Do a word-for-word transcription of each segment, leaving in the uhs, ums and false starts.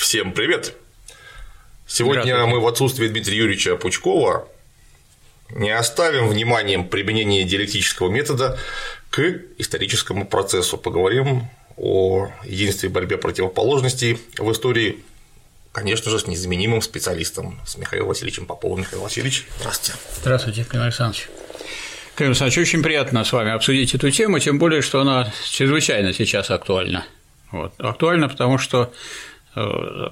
Всем привет! Сегодня мы в отсутствие Дмитрия Юрьевича Пучкова не оставим вниманием применение диалектического метода к историческому процессу. Поговорим о единстве и борьбе противоположностей в истории, конечно же, с незаменимым специалистом, с Михаилом Васильевичем Поповым. Михаил Васильевич, здравствуйте. Здравствуйте, Климент Александрович. Климент Александрович, очень приятно с вами обсудить эту тему, тем более, что она чрезвычайно сейчас актуальна. Вот. Актуальна, потому что э,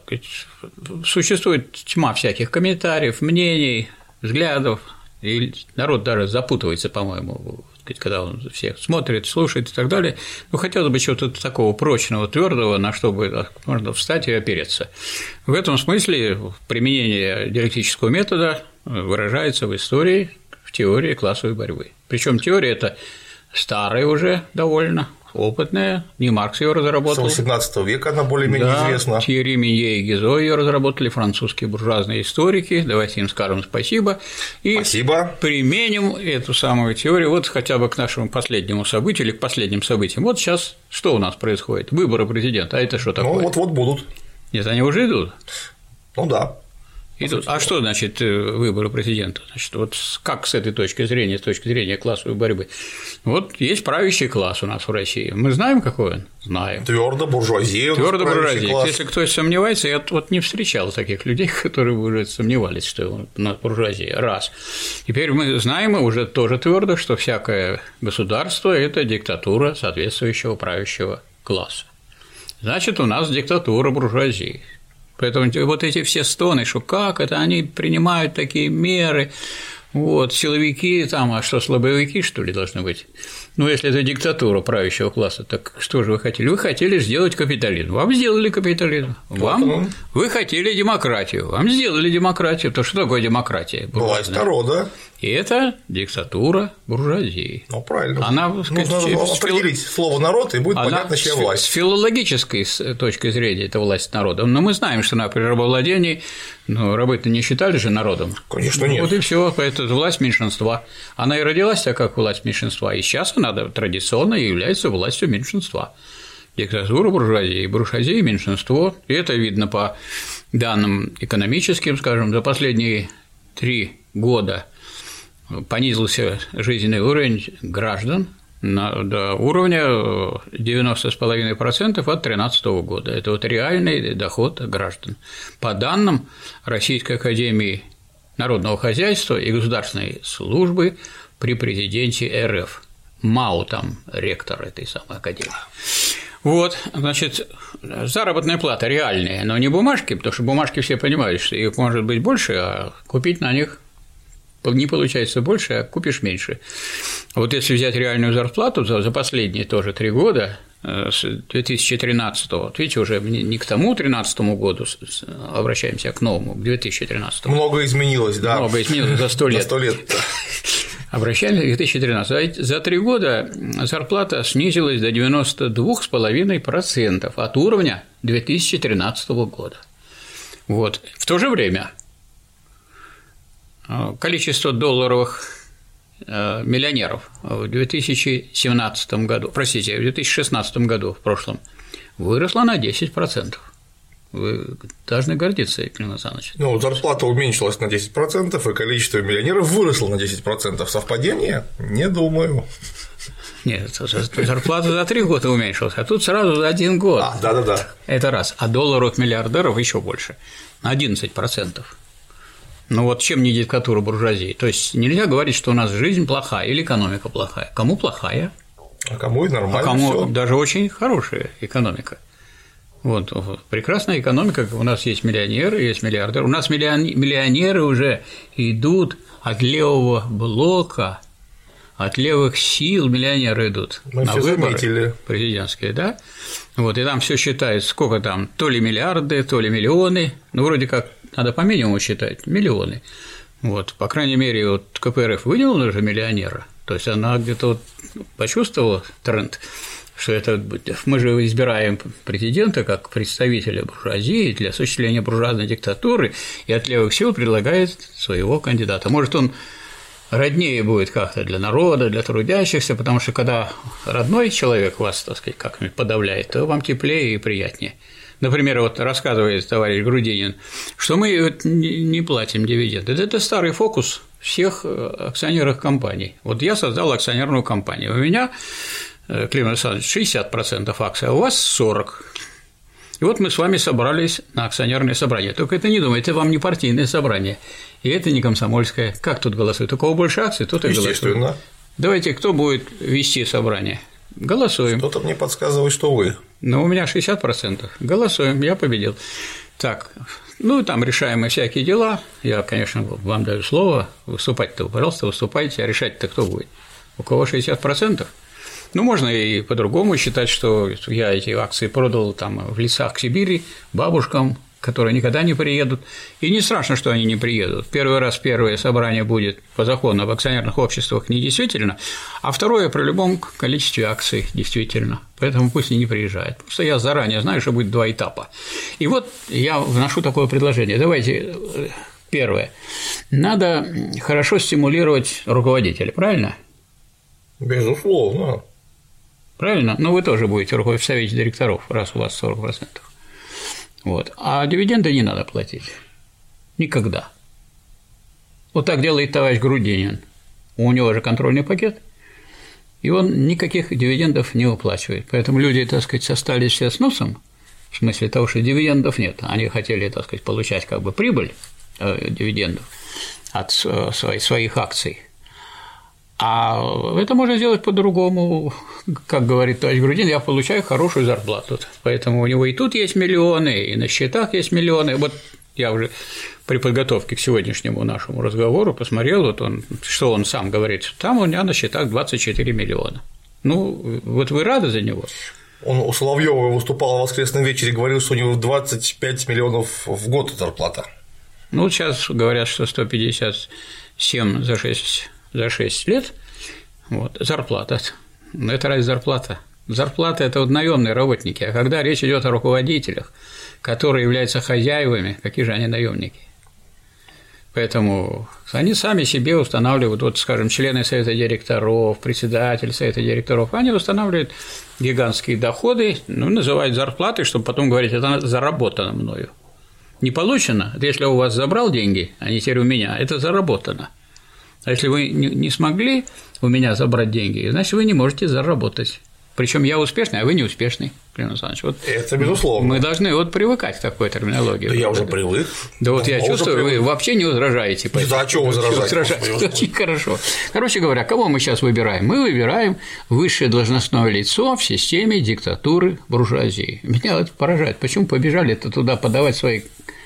существует тьма всяких комментариев, мнений, взглядов, и народ даже запутывается, по-моему, когда он всех смотрит, слушает и так далее. Ну, хотелось бы чего-то такого прочного, твердого, на что бы можно встать и опереться. В этом смысле применение диалектического метода выражается в истории, в теории классовой борьбы. Причем теория эта старая уже довольно, опытная, не Маркс ее разработал. С восемнадцатого века она более-менее да, известна. Тьерри Минье и Гизо ее разработали, французские буржуазные историки. Давайте им скажем спасибо. И спасибо. Применим эту самую теорию вот хотя бы к нашему последнему событию или к последним событиям. Вот сейчас что у нас происходит? Выборы президента. А это что такое? Ну, вот-вот будут. Нет, они уже идут. Ну да. Идут. А что значит выборы президента? Значит, вот как с этой точки зрения, с точки зрения классовой борьбы? Вот есть правящий класс у нас в России. Мы знаем, какой он? Знаем. Твердо буржуазия. Твердо буржуазия. Если кто сомневается, я вот не встречал таких людей, которые бы уже сомневались, что у нас буржуазия. Раз. Теперь мы знаем уже тоже твердо, что всякое государство – это диктатура соответствующего правящего класса. Значит, у нас диктатура буржуазии. Поэтому вот эти все стоны, что как это они принимают такие меры, вот, силовики там, а что, слабовики, что ли, должны быть? Ну, если это диктатура правящего класса, так что же вы хотели? Вы хотели сделать капитализм, вам сделали капитализм, вам вы хотели демократию, вам сделали демократию, то что такое демократия? Власть народа. И это диктатура буржуазии. Ну, правильно. Она, нужно определить слово «народ», и будет она понятно, чья власть. С филологической точки зрения это власть народа. Но мы знаем, что, например, рабовладение, ну, рабы-то не считали же народом. Конечно, нет. Вот и все, это власть меньшинства. Она и родилась так, как власть меньшинства, и сейчас она традиционно является властью меньшинства. Диктатура буржуазии, буржуазия – меньшинство, и это видно по данным экономическим, скажем, за последние три года понизился жизненный уровень граждан до уровня девяносто целых пять десятых процента от две тысячи тринадцатого года. Это вот реальный доход граждан. По данным Российской академии народного хозяйства и государственной службы при президенте эр эф. МАУ там ректор этой самой академии. Вот, значит, заработная плата реальная, но не бумажки, потому что бумажки все понимают, что их может быть больше, а купить на них не получается больше, а купишь меньше. Вот если взять реальную зарплату за, за последние тоже три года, с две тысячи тринадцатого, вот видите, уже не к тому тринадцатому году обращаемся, а к новому, к две тысячи тринадцатому. Много изменилось, да. Много изменилось за сто лет. За сто лет. Обращаемся к две тысячи тринадцатому. За три года зарплата снизилась до девяноста двух целых пяти десятых процента от уровня две тысячи тринадцатого года. Вот. В то же время количество долларовых миллионеров в две тысячи семнадцатом году, простите, в две тысячи шестнадцатом году, в прошлом, выросло на десять процентов. Вы должны гордиться, Климент Александрович. Ну, зарплата уменьшилась на десять процентов, и количество миллионеров выросло на десять процентов. Совпадение? Не думаю. Нет, зарплата за три года уменьшилась, а тут сразу за один год. А, да-да-да. Это раз. А долларовых миллиардеров еще больше, на одиннадцать процентов. Ну вот чем не диктатура буржуазии? То есть нельзя говорить, что у нас жизнь плохая или экономика плохая. Кому плохая? А кому и нормально. А кому всё. Даже очень хорошая экономика. Вот прекрасная экономика, у нас есть миллионеры, есть миллиардеры. У нас миллионеры уже идут от левого блока, от левых сил миллионеры идут Мы на все выборы заметили. президентские, да? Вот, и там все считают, сколько там, то ли миллиарды, то ли миллионы, ну, вроде как надо по минимуму считать, миллионы. Вот, по крайней мере, вот ка пэ эр эф выделила уже миллионера, то есть она где-то вот почувствовала тренд, что это мы же избираем президента как представителя буржуазии для осуществления буржуазной диктатуры, и от левых сил предлагает своего кандидата. Может, он роднее будет как-то для народа, для трудящихся, потому что когда родной человек вас, так сказать, как-нибудь подавляет, то вам теплее и приятнее. например, вот рассказывает товарищ Грудинин, что мы не платим дивиденды. Это старый фокус всех акционерных компаний. Вот я создал акционерную компанию. У меня, Клим Александрович, шестьдесят процентов акций, а у вас сорок процентов. И вот мы с вами собрались на акционерное собрание. Только это не думайте, это вам не партийное собрание, и это не комсомольское. Как тут голосуют? У кого больше акций, тот и голосует. Естественно. Давайте, кто будет вести собрание? Голосуем. Что-то мне подсказывает, что вы. Ну, у меня шестьдесят процентов. Голосуем, я победил. Так, ну, там решаем мы всякие дела. Я, конечно, вам даю слово. Выступать-то, пожалуйста, выступайте, а решать-то кто будет? У кого шестьдесят процентов? Ну, можно и по-другому считать, что я эти акции продал там в лесах Сибири бабушкам, которые никогда не приедут, и не страшно, что они не приедут. Первый раз первое собрание будет по закону об акционерных обществах не действительно, а второе при любом количестве акций действительно, поэтому пусть и не приезжают. Просто я заранее знаю, что будет два этапа. И вот я вношу такое предложение. Давайте, первое, надо хорошо стимулировать руководителя, правильно? Безусловно. Правильно? Ну, вы тоже будете руководить в совете директоров, раз у вас сорок процентов. Вот. А дивиденды не надо платить. Никогда. Вот так делает товарищ Грудинин. У него же контрольный пакет, и он никаких дивидендов не выплачивает. Поэтому люди, так сказать, остались все с носом, в смысле того, что дивидендов нет. Они хотели, так сказать, получать как бы прибыль э, дивидендов от э, своих, своих акций. А это можно сделать по-другому, как говорит товарищ Грудинин, я получаю хорошую зарплату, поэтому у него и тут есть миллионы, и на счетах есть миллионы. Вот я уже при подготовке к сегодняшнему нашему разговору посмотрел, вот он, что он сам говорит, там у меня на счетах двадцать четыре миллиона. Ну, вот вы рады за него? Он у Соловьёва выступал в воскресном вечере, говорил, что у него двадцать пять миллионов в год зарплата. Ну, сейчас говорят, что сто пятьдесят семь за шесть за шесть лет, вот, зарплата. Но это разве зарплата? Зарплата – это вот наемные работники, а когда речь идет о руководителях, которые являются хозяевами, какие же они наемники? Поэтому они сами себе устанавливают, вот, скажем, члены совета директоров, председатель совета директоров, они устанавливают гигантские доходы, ну, называют зарплатой, чтобы потом говорить, это заработано мною. Не получено, это если я у вас забрал деньги, они теперь у меня, это заработано. А если вы не смогли у меня забрать деньги, значит, вы не можете заработать. Причем я успешный, а вы не успешный, Клим Александрович. Вот это безусловно. Мы должны вот привыкать к такой терминологии. Да я уже привык. Да вот я чувствую, привык. Вы вообще не возражаете. Не за что возражать? Очень хорошо. Короче говоря, кого мы сейчас выбираем? Мы выбираем высшее должностное лицо в системе диктатуры буржуазии. Меня это поражает. Почему побежали-то туда подавать свои.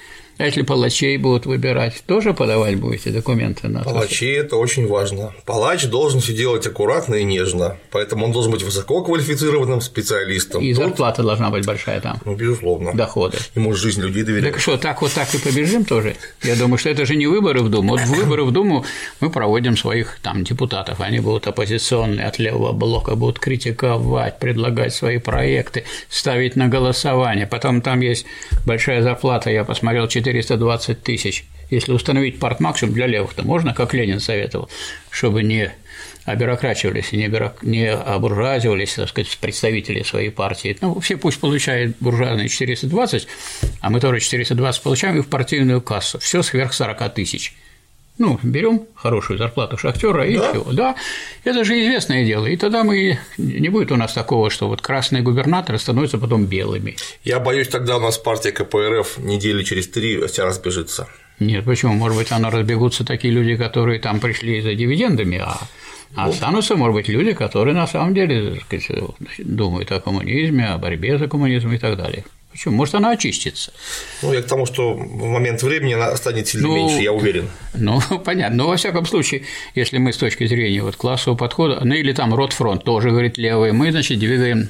А если палачей будут выбирать, тоже подавать будете документы на палачей – это очень важно. Палач должен все делать аккуратно и нежно, поэтому он должен быть высококвалифицированным специалистом. И Тут... зарплата должна быть большая там. Ну, безусловно. Доходы. Ему жизнь людей доверять. Так что, так вот так и побежим тоже? Я думаю, что это же не выборы в Думу. Вот в выборы в Думу мы проводим своих там депутатов, они будут оппозиционные, от левого блока будут критиковать, предлагать свои проекты, ставить на голосование. Потом там есть большая зарплата, я посмотрел, четыреста двадцать тысяч. Если установить партмаксимум для левых-то можно, как Ленин советовал, чтобы не обюрокрачивались и не, бюрок... не обуржуазивались, так сказать, представители своей партии. Ну, все пусть получают буржуазные четыреста двадцать, а мы тоже четыреста двадцать получаем и в партийную кассу. Все сверх сорок тысяч. Ну, берем хорошую зарплату шахтера и да? все. Да, это же известное дело. И тогда мы не будет у нас такого, что вот красные губернаторы становятся потом белыми. Я боюсь, тогда у нас партия ка пэ эр эф недели через три вся разбежится. Нет, почему? Может быть, оно разбегутся такие люди, которые там пришли за дивидендами, а ну, останутся, может быть, люди, которые на самом деле, так сказать, думают о коммунизме, о борьбе за коммунизм и так далее. Почему? Может, она очистится. Ну, я к тому, что в момент времени она станет сильно ну, меньше, я уверен. Ну, понятно. Но, во всяком случае, если мы с точки зрения вот классового подхода, ну, или там Ротфронт тоже говорит левый, мы, значит, двигаем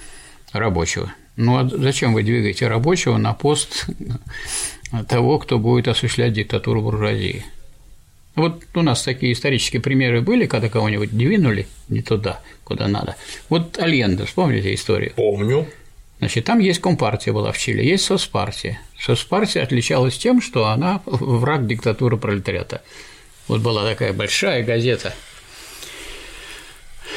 рабочего. Ну, а зачем вы двигаете рабочего на пост того, кто будет осуществлять диктатуру буржуазии? Вот у нас такие исторические примеры были, когда кого-нибудь двинули не туда, куда надо. Вот Альенде, вспомните историю? Помню. Значит, там есть компартия была в Чили, есть соцпартия. Соцпартия отличалась тем, что она враг диктатуры пролетариата. Вот была такая большая газета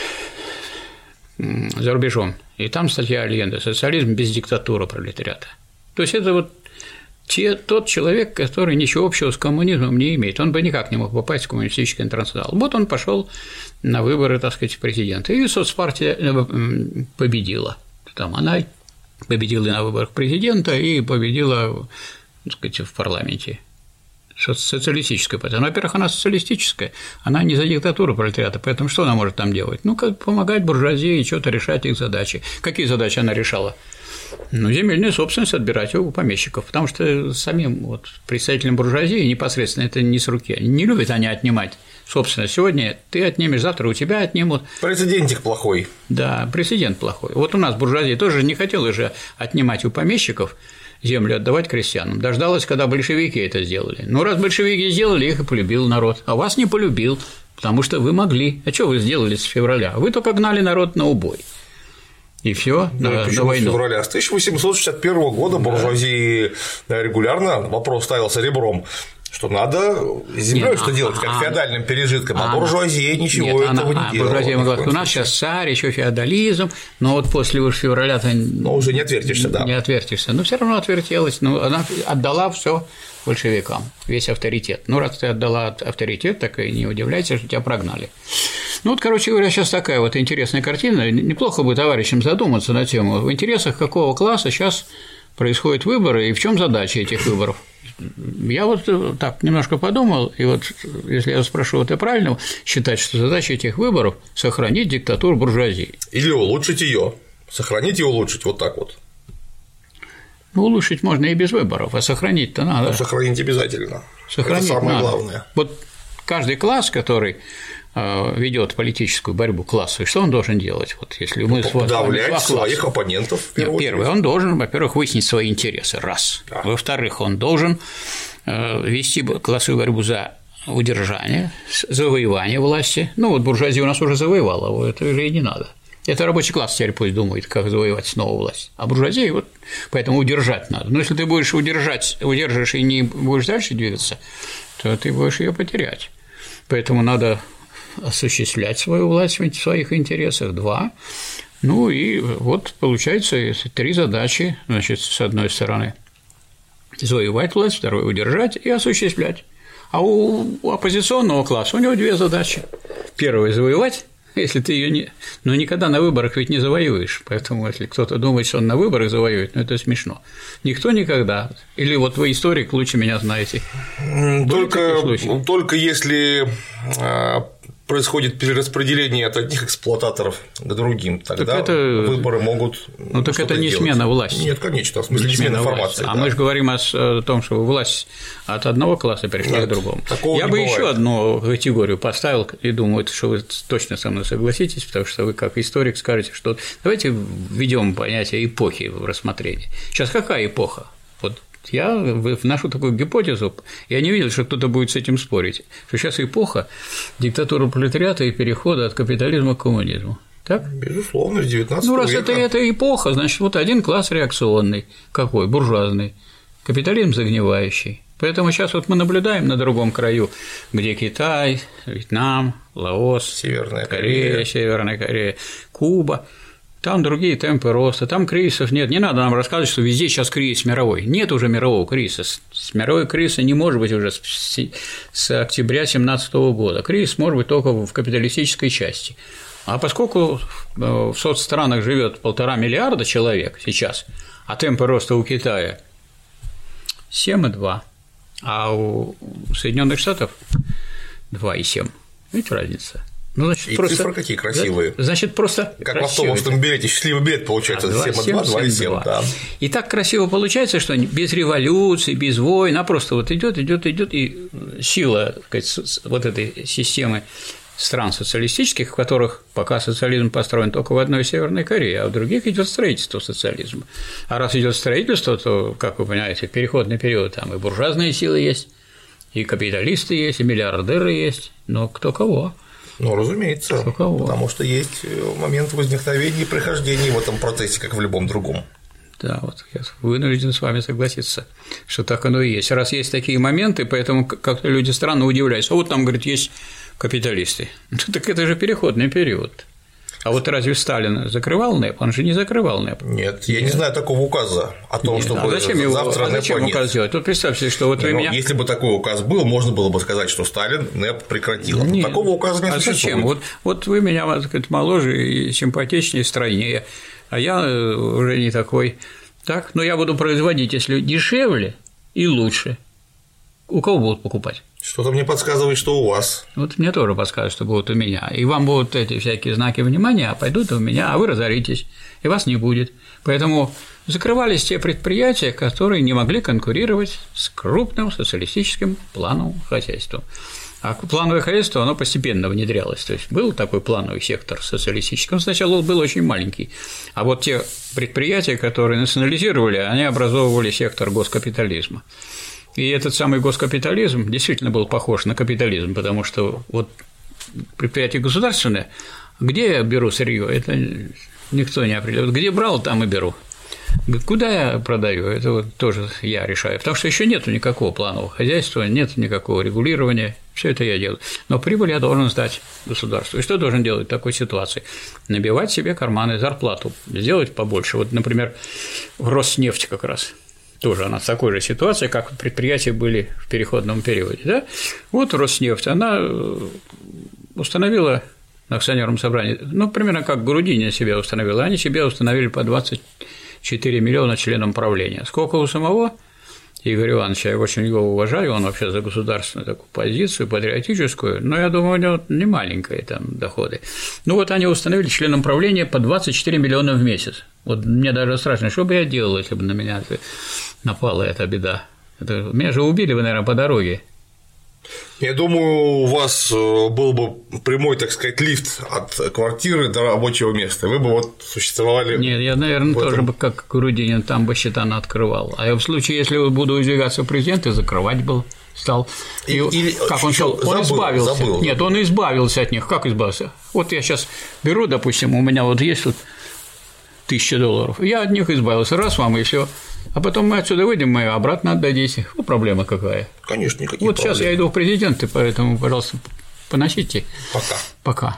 за рубежом, и там статья Альенде «Социализм без диктатуры пролетариата». То есть это вот те, тот человек, который ничего общего с коммунизмом не имеет, он бы никак не мог попасть в коммунистический интернационал. Вот он пошел на выборы, так сказать, президента, и соцпартия победила. Там она победила на выборах президента и победила, так сказать, в парламенте. Социалистическая партия. Ну, во-первых, она социалистическая, она не за диктатуру пролетариата, поэтому что она может там делать? Ну, как помогать буржуазии и что-то решать их задачи. Какие задачи она решала? Ну, земельную собственность отбирать у помещиков, потому что самим вот представителям буржуазии непосредственно это не с руки, не любят они отнимать собственность. Сегодня ты отнимешь, завтра у тебя отнимут. Прецедентик плохой. Да, прецедент плохой. Вот у нас буржуазия тоже не хотела же отнимать у помещиков землю, отдавать крестьянам. Дождалась, когда большевики это сделали. Ну, раз большевики сделали, их и полюбил народ, а вас не полюбил, потому что вы могли. А что вы сделали с февраля? Вы только гнали народ на убой. И все, да, на, на войну. Февраля. С тысяча восемьсот шестьдесят первого года да. буржуазии регулярно вопрос ставился ребром, что надо с землей что а, делать, как а, феодальным пережитком, а, а буржуазия ничего нет, этого она, не а, делала. Буржуазия могла сказать, у нас сейчас царь, еще феодализм, но вот после уж февраля-то… Но уже не отвертишься, да. Не отвертишься, но все равно отвертелась, но она отдала все большевикам, весь авторитет. Ну, раз ты отдала авторитет, так и не удивляйся, что тебя прогнали. Ну, вот, короче говоря, сейчас такая вот интересная картина. Неплохо бы товарищам задуматься на тему, в интересах какого класса сейчас происходят выборы и в чем задача этих выборов. Я вот так немножко подумал, и вот если я спрошу, это правильно считать, что задача этих выборов – сохранить диктатуру буржуазии? Или улучшить ее, сохранить и улучшить, вот так вот. Ну, улучшить можно и без выборов, а сохранить-то надо. Ну, сохранить обязательно. Сохранить это самое надо. Главное. Вот каждый класс, который ведет политическую борьбу классовую, что он должен делать? Вот если мы подавлять своих оппонентов. В Нет, первое, он должен, во-первых, выяснить свои интересы, раз. Да. Во-вторых, он должен вести классовую борьбу за удержание, завоевание власти. Ну, вот буржуазия у нас уже завоевала, это уже и не надо. Это рабочий класс теперь пусть думает, как завоевать снова власть. А буржуазия вот поэтому удержать надо. Но если ты будешь удержать, удержишь и не будешь дальше двигаться, то ты будешь ее потерять. Поэтому надо осуществлять свою власть в своих интересах, два. Ну и вот получается три задачи, значит, с одной стороны завоевать власть, второй удержать и осуществлять. А у оппозиционного класса у него две задачи. Первая – завоевать, если ты ее не… Но никогда на выборах ведь не завоюешь, поэтому если кто-то думает, что он на выборах завоюет, ну это смешно. Никто никогда. Или вот вы историк лучше меня знаете. Только, только если происходит перераспределение от одних эксплуататоров к другим, тогда это… выборы могут… Ну, так это не делать. Смена власти. Нет, конечно, в смысле не смена информации. А да. мы же говорим о том, что власть от одного класса перешла Нет, к другому. Я бы еще одну категорию поставил и думаю, что вы точно со мной согласитесь, потому что вы как историк скажете, что давайте введем понятие эпохи в рассмотрение. Сейчас какая эпоха? Вот я вношу такую гипотезу, я не видел, что кто-то будет с этим спорить, что сейчас эпоха диктатуры пролетариата и перехода от капитализма к коммунизму. Так? Безусловно, с девятнадцатого века. Ну, раз это, это эпоха, значит, вот один класс реакционный, какой? Буржуазный, капитализм загнивающий. Поэтому сейчас вот мы наблюдаем на другом краю, где Китай, Вьетнам, Лаос, Северная Корея, Корея, Северная Корея, Куба. Там другие темпы роста, там кризисов нет. Не надо нам рассказывать, что везде сейчас кризис мировой. Нет уже мирового кризиса. С мировой кризиса не может быть уже с октября две тысячи семнадцатого года. Кризис может быть только в капиталистической части. А поскольку в соцстранах живет полтора миллиарда человек сейчас, а темпы роста у Китая семь и два, а у Соединенных Штатов два и семь. Видите разница? Ну, значит, и просто… цифры какие красивые. Значит, просто как в автобусном билете, счастливый билет получается, семь и два, два и семь, да. И так красиво получается, что без революции, без войн, а просто вот идет, идет, идет, и сила, так сказать, вот этой системы стран социалистических, в которых пока социализм построен только в одной Северной Корее, а в других идет строительство социализма. А раз идет строительство, то, как вы понимаете, переходный период, там и буржуазные силы есть, и капиталисты есть, и миллиардеры есть, но кто кого. Ну, разумеется, потому что есть момент возникновения и прохождения в этом процессе, как в любом другом. Да, вот я вынужден с вами согласиться, что так оно и есть. Раз есть такие моменты, поэтому как-то люди странно удивляются. А вот там, говорит, есть капиталисты. Ну, так это же переходный период. А вот разве Сталин закрывал НЭП? Он же не закрывал НЭП. Нет, я нет. не знаю такого указа о том, нет. чтобы а зачем его, завтра а зачем НЭПа указ нет. делать? Вот представьте, что вот вы ну, меня… Если бы такой указ был, можно было бы сказать, что Сталин НЭП прекратил. Нет. Такого указа не а существует. Зачем? Вот, вот вы меня, так сказать, моложе и симпатичнее, стройнее, а я уже не такой. Так, но я буду производить, если дешевле и лучше. У кого будут покупать? Что-то мне подсказывает, что у вас. Вот мне тоже подсказывает, что будут у меня. И вам будут эти всякие знаки внимания, а пойдут у меня, а вы разоритесь, и вас не будет. Поэтому закрывались те предприятия, которые не могли конкурировать с крупным социалистическим плановым хозяйством. А плановое хозяйство, оно постепенно внедрялось. То есть был такой плановый сектор социалистический. Он сначала был очень маленький. А вот те предприятия, которые национализировали, они образовывали сектор госкапитализма. И этот самый госкапитализм действительно был похож на капитализм, потому что вот предприятие государственное, где я беру сырье, это никто не определяет. Где брал, там и беру. Куда я продаю, это вот тоже я решаю, потому что еще нету никакого планового хозяйства, нет никакого регулирования, все это я делаю. Но прибыль я должен сдать государству. И что должен делать в такой ситуации? Набивать себе карманы, зарплату, сделать побольше. Вот, например, в Роснефть как раз. Тоже она в такой же ситуации, как предприятия были в переходном периоде. Да? Вот Роснефть, она установила на акционерном собрании, ну, примерно как Грудинин себе установила, они себе установили по двадцать четыре миллиона членам правления. Сколько у самого Игоря Ивановича, я очень его уважаю, он вообще за государственную такую позицию, патриотическую, но я думаю, у него не маленькие там доходы. Ну вот они установили членам правления по двадцать четыре миллиона в месяц. Вот мне даже страшно, что бы я делал, если бы на меня напала эта беда. Это, меня же убили бы, наверное, по дороге. Я думаю, у вас был бы прямой, так сказать, лифт от квартиры до рабочего места. Вы бы вот существовали. Нет, я, наверное, тоже бы, как Грудинин, там бы счета открывал. А в случае, если буду выдвигаться в президенты, закрывать был. Стал. И, и, как он стал? Он забыл, избавился. Забыл, Нет, забыл. он избавился от них. Как избавился? Вот я сейчас беру, допустим, у меня вот есть тут тысяча долларов. Я от них избавился. Раз вам и все. А потом мы отсюда выйдем, мы обратно отдадите. Ну, проблема какая? Конечно, никаких Вот проблем. Сейчас я иду в президенты, поэтому, пожалуйста, поносите. Пока. Пока.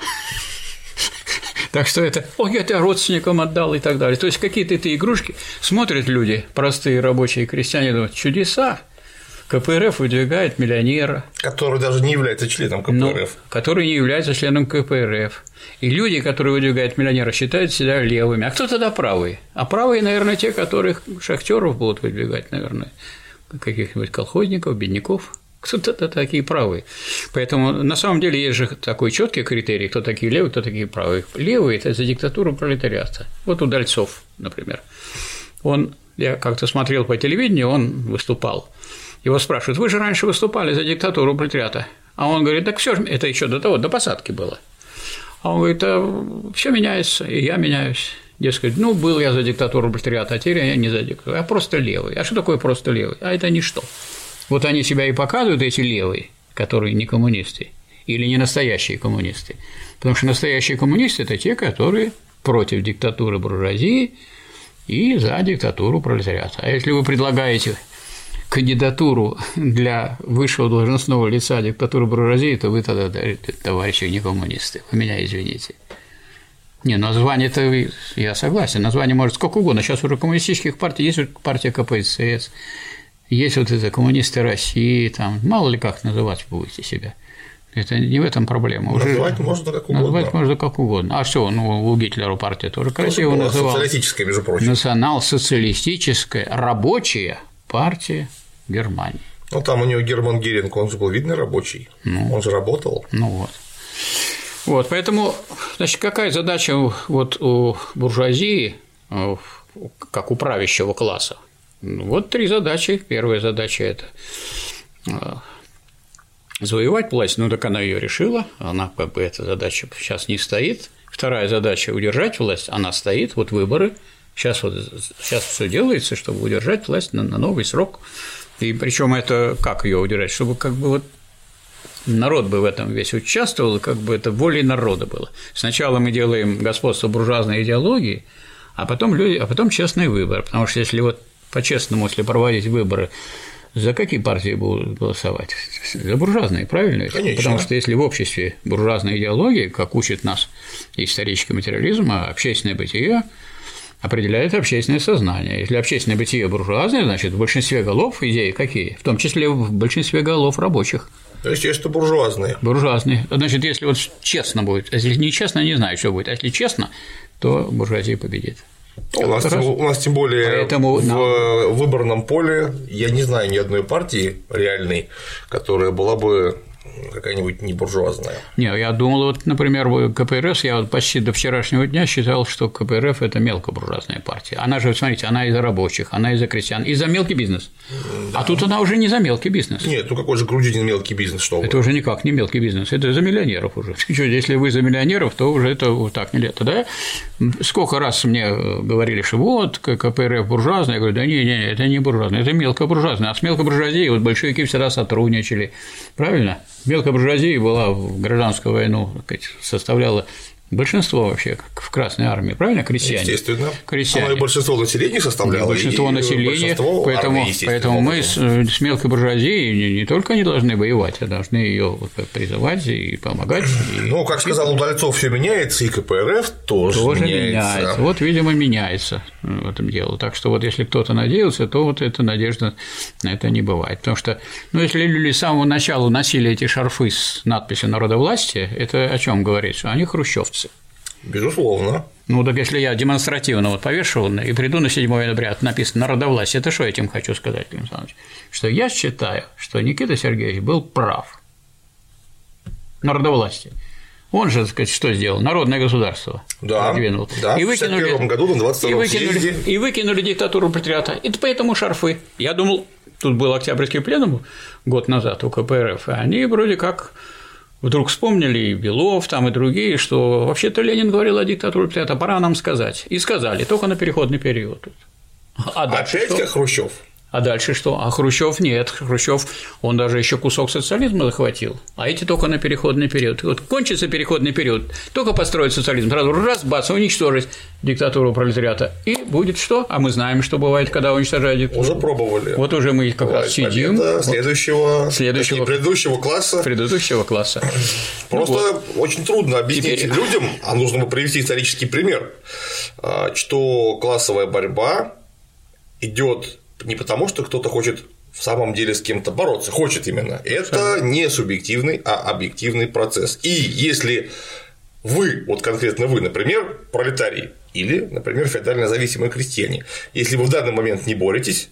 Так что это, ой, я это родственникам отдал и так далее. То есть какие-то эти игрушки смотрят люди, простые рабочие крестьяне, думают, чудеса. ка пэ эр эф выдвигает миллионера. Который даже не является членом ка пэ эр эф. Ну, который не является членом ка пэ эр эф. И люди, которые выдвигают миллионера, считают себя левыми. А кто тогда правый? А правые, наверное, те, которых шахтеров будут выдвигать, наверное, каких-нибудь колхозников, бедняков. Кто-то такие правые. Поэтому на самом деле есть же такой четкий критерий, кто такие левые, кто такие правые. Левые – это за диктатуру пролетариата. Вот Удальцов, например. Он, я как-то смотрел по телевидению, он выступал. Его спрашивают: вы же раньше выступали за диктатуру пролетариата. А он говорит: так все, это еще до того, до посадки было. А он говорит: а все меняется, и я меняюсь. Дескать, ну, был я за диктатуру пролетариата, а теперь я не за диктатуру, я просто левый. А что такое просто левый? А это ничто. Вот они себя и показывают, эти левые, которые не коммунисты, или не настоящие коммунисты. Потому что настоящие коммунисты – это те, которые против диктатуры буржуазии и за диктатуру пролетариата. А если вы предлагаете кандидатуру для высшего должностного лица диктатуры буржуазии, то вы тогда, товарищи, не коммунисты. Вы меня извините. Не, название-то я согласен, название может сколько угодно. Сейчас уже коммунистических партий есть партия ка пэ эс эс, есть вот это коммунисты России, там, мало ли как называть будете себя. Это не в этом проблема. Уже называть можно как угодно. Называть можно как угодно. А что, ну, у Гитлера партия тоже красиво тоже называлась. Социалистическая, между прочим. Национал-социалистическая рабочая партия Германии. Ну, там у него Герман Геринг, он же был видный рабочий, ну, он же работал. Ну вот. Вот, поэтому, значит, какая задача вот у буржуазии, как у правящего класса? Вот три задачи. Первая задача – это завоевать власть, ну так она ее решила, она как бы эта задача сейчас не стоит. Вторая задача – удержать власть, она стоит, вот выборы. Сейчас вот сейчас все делается, чтобы удержать власть на, на новый срок. И причем это как ее удержать, чтобы как бы вот народ бы в этом весь участвовал, как бы это волей народа было. Сначала мы делаем господство буржуазной идеологии, а потом люди, а потом честный выбор, потому что если вот по-честному, если проводить выборы за какие партии будут голосовать? За буржуазные, правильно? Конечно. Потому что если в обществе буржуазная идеология, как учит нас исторический материализм, а общественное бытие определяет общественное сознание. Если общественное бытие буржуазное, значит, в большинстве голов идеи какие? В том числе в большинстве голов рабочих. То есть, естественно, буржуазные. Буржуазные. Значит, если вот честно будет, а если нечестно, не знаю, что будет, а если честно, то буржуазия победит. У нас, тем, у нас тем более Поэтому, в да. выборном поле я не знаю ни одной партии реальной, которая была бы какая-нибудь не буржуазная. Не, я думал, вот, например, ка пэ эр эс, я вот почти до вчерашнего дня считал, что ка пэ эр эф – это мелкобуржуазная партия. Она же, смотрите, она и за рабочих, она и за крестьян, и за мелкий бизнес. Да. А тут она уже не за мелкий бизнес. Нет, ну какой же Грудинин мелкий бизнес, что вы? Это уже никак не мелкий бизнес, это за миллионеров уже. Если вы за миллионеров, то уже это вот так не лето, да? Сколько раз мне говорили, что вот ка пэ эр эф буржуазная, я говорю, да не, не, это не буржуазная, это мелкобуржуазная. А с мелкобуржуазией вот большевики всегда сотрудничали, правильно? Мелкая буржуазия была в гражданскую войну, составляла большинство вообще в Красной армии, правильно, крестьяне? Естественно. Крестьяне. Оно и большинство населения составляло. Большинство населения, большинство поэтому, армии, поэтому мы с, с мелкой буржуазией не, не только не должны воевать, а должны ее призывать и помогать. И... Ну, как сказал Удальцов, все меняется, и ка пэ эр эф тоже, тоже меняется. меняется. Вот, видимо, меняется в этом дело. Так что вот если кто-то надеялся, то вот эта надежда на это не бывает. Потому что, ну, если люди с самого начала носили эти шарфы с надписью «Народовластие», это о чем говорит? Что они хрущевцы. Безусловно. Ну, так если я демонстративно вот повешу и приду на седьмое ноября, написано «Народовластие», это что я этим хочу сказать, Клим Александрович? Что я считаю, что Никита Сергеевич был прав. Народовластие. Он же, так сказать, что сделал? Народное государство. Да, продвинул. Да, и выкинули, в шестьдесят первом году на двадцать втором и выкинули, съезде. И выкинули диктатуру пролетариата. И поэтому шарфы. Я думал, тут был Октябрьский пленум год назад у ка пэ эр эф, и они вроде как вдруг вспомнили и Белов там и другие, что вообще-то Ленин говорил о диктатуре пролетариата, пора нам сказать. И сказали, только на переходный период. А дальше Опять что? как Хрущев. А дальше что? А Хрущев нет. Хрущев, он даже еще кусок социализма захватил, а эти только на переходный период. Вот кончится переходный период, только построить социализм, сразу раз, бац, уничтожить диктатуру пролетариата. И будет что? А мы знаем, что бывает, когда уничтожают диктатуру. Уже пробовали. Вот уже мы как Бывает раз сидим. Вот, следующего, следующего предыдущего класса. Предыдущего класса. Просто ну, вот. Очень трудно объяснить Теперь... людям, а нужно бы привести исторический пример, что классовая борьба идет не потому, что кто-то хочет в самом деле с кем-то бороться, хочет именно. Это не субъективный, а объективный процесс. И если вы, вот конкретно вы, например, пролетарий или, например, феодально зависимые крестьяне, если вы в данный момент не боретесь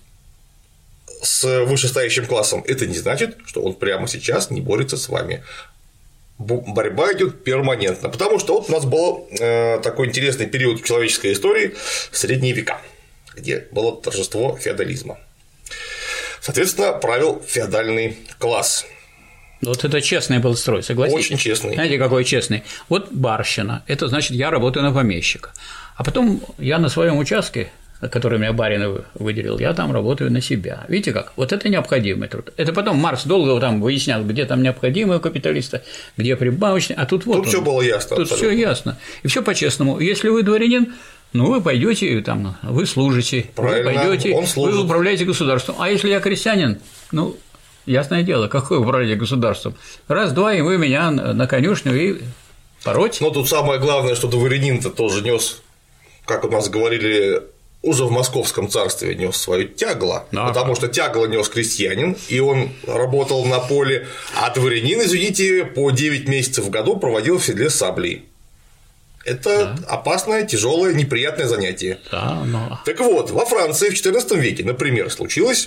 с вышестоящим классом, это не значит, что он прямо сейчас не борется с вами. Борьба идет перманентно, потому что вот у нас был э, такой интересный период в человеческой истории – средние века, где было торжество феодализма. Соответственно, правил феодальный класс. Вот это честный был строй, согласитесь? Очень честный. Знаете, какой честный? Вот барщина – это значит, я работаю на помещика. А потом я на своем участке, который меня барин выделил, я там работаю на себя. Видите как? Вот это необходимый труд. Это потом Маркс долго там выяснял, где там необходимый у капиталиста, где прибавочный, а тут вот Тут все было ясно. Тут все ясно. И все по-честному. Если вы дворянин, ну, вы пойдете там, вы служите, правильно, вы пойдете, вы управляете государством. А если я крестьянин, ну, ясное дело, какое управление государством? Раз-два, и вы меня на конюшню и пороть. Но тут самое главное, что дворянин-то тоже нес, как у нас говорили, уже в Московском царстве нес свое тягло, да, потому что тягло нес крестьянин, и он работал на поле, а дворянин, извините, по девять месяцев в году проводил в седле саблей. Это да. опасное, тяжелое, неприятное занятие. Да, но... Так вот, во Франции в четырнадцатом веке, например, случилось,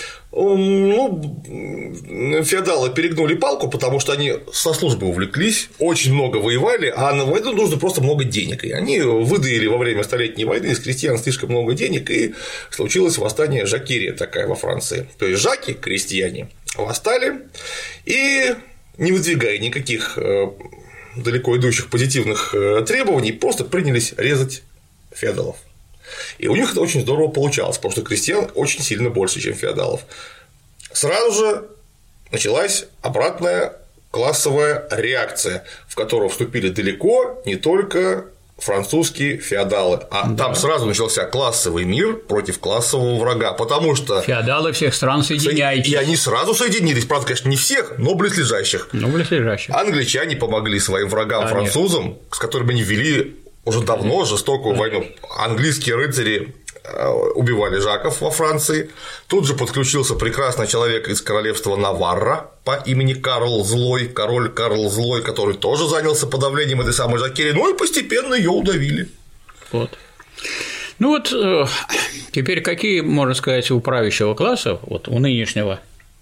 ну, феодалы перегнули палку, потому что они со службы увлеклись, очень много воевали, а на войну нужно просто много денег. И они выдаили во время Столетней войны из крестьян слишком много денег, и случилось восстание Жакерия такая во Франции. То есть жаки, крестьяне, восстали и, не выдвигая никаких далеко идущих позитивных требований, просто принялись резать феодалов. И у них это очень здорово получалось, потому что крестьян очень сильно больше, чем феодалов. Сразу же началась обратная классовая реакция, в которую вступили далеко не только французские феодалы. А да. там сразу начался классовый мир против классового врага, потому что… Феодалы всех стран соединяйтесь. И они сразу соединились, правда, конечно, не всех, но близлежащих. Но близлежащих. Англичане помогли своим врагам, конечно, французам, с которыми они вели уже давно жестокую войну. Английские рыцари убивали жаков во Франции. Тут же подключился прекрасный человек из королевства Наварра по имени Карл Злой, король Карл Злой, который тоже занялся подавлением этой самой Жакерии, ну и постепенно ее удавили. Вот. Ну вот теперь какие, можно сказать, у правящего класса, вот у нынешнего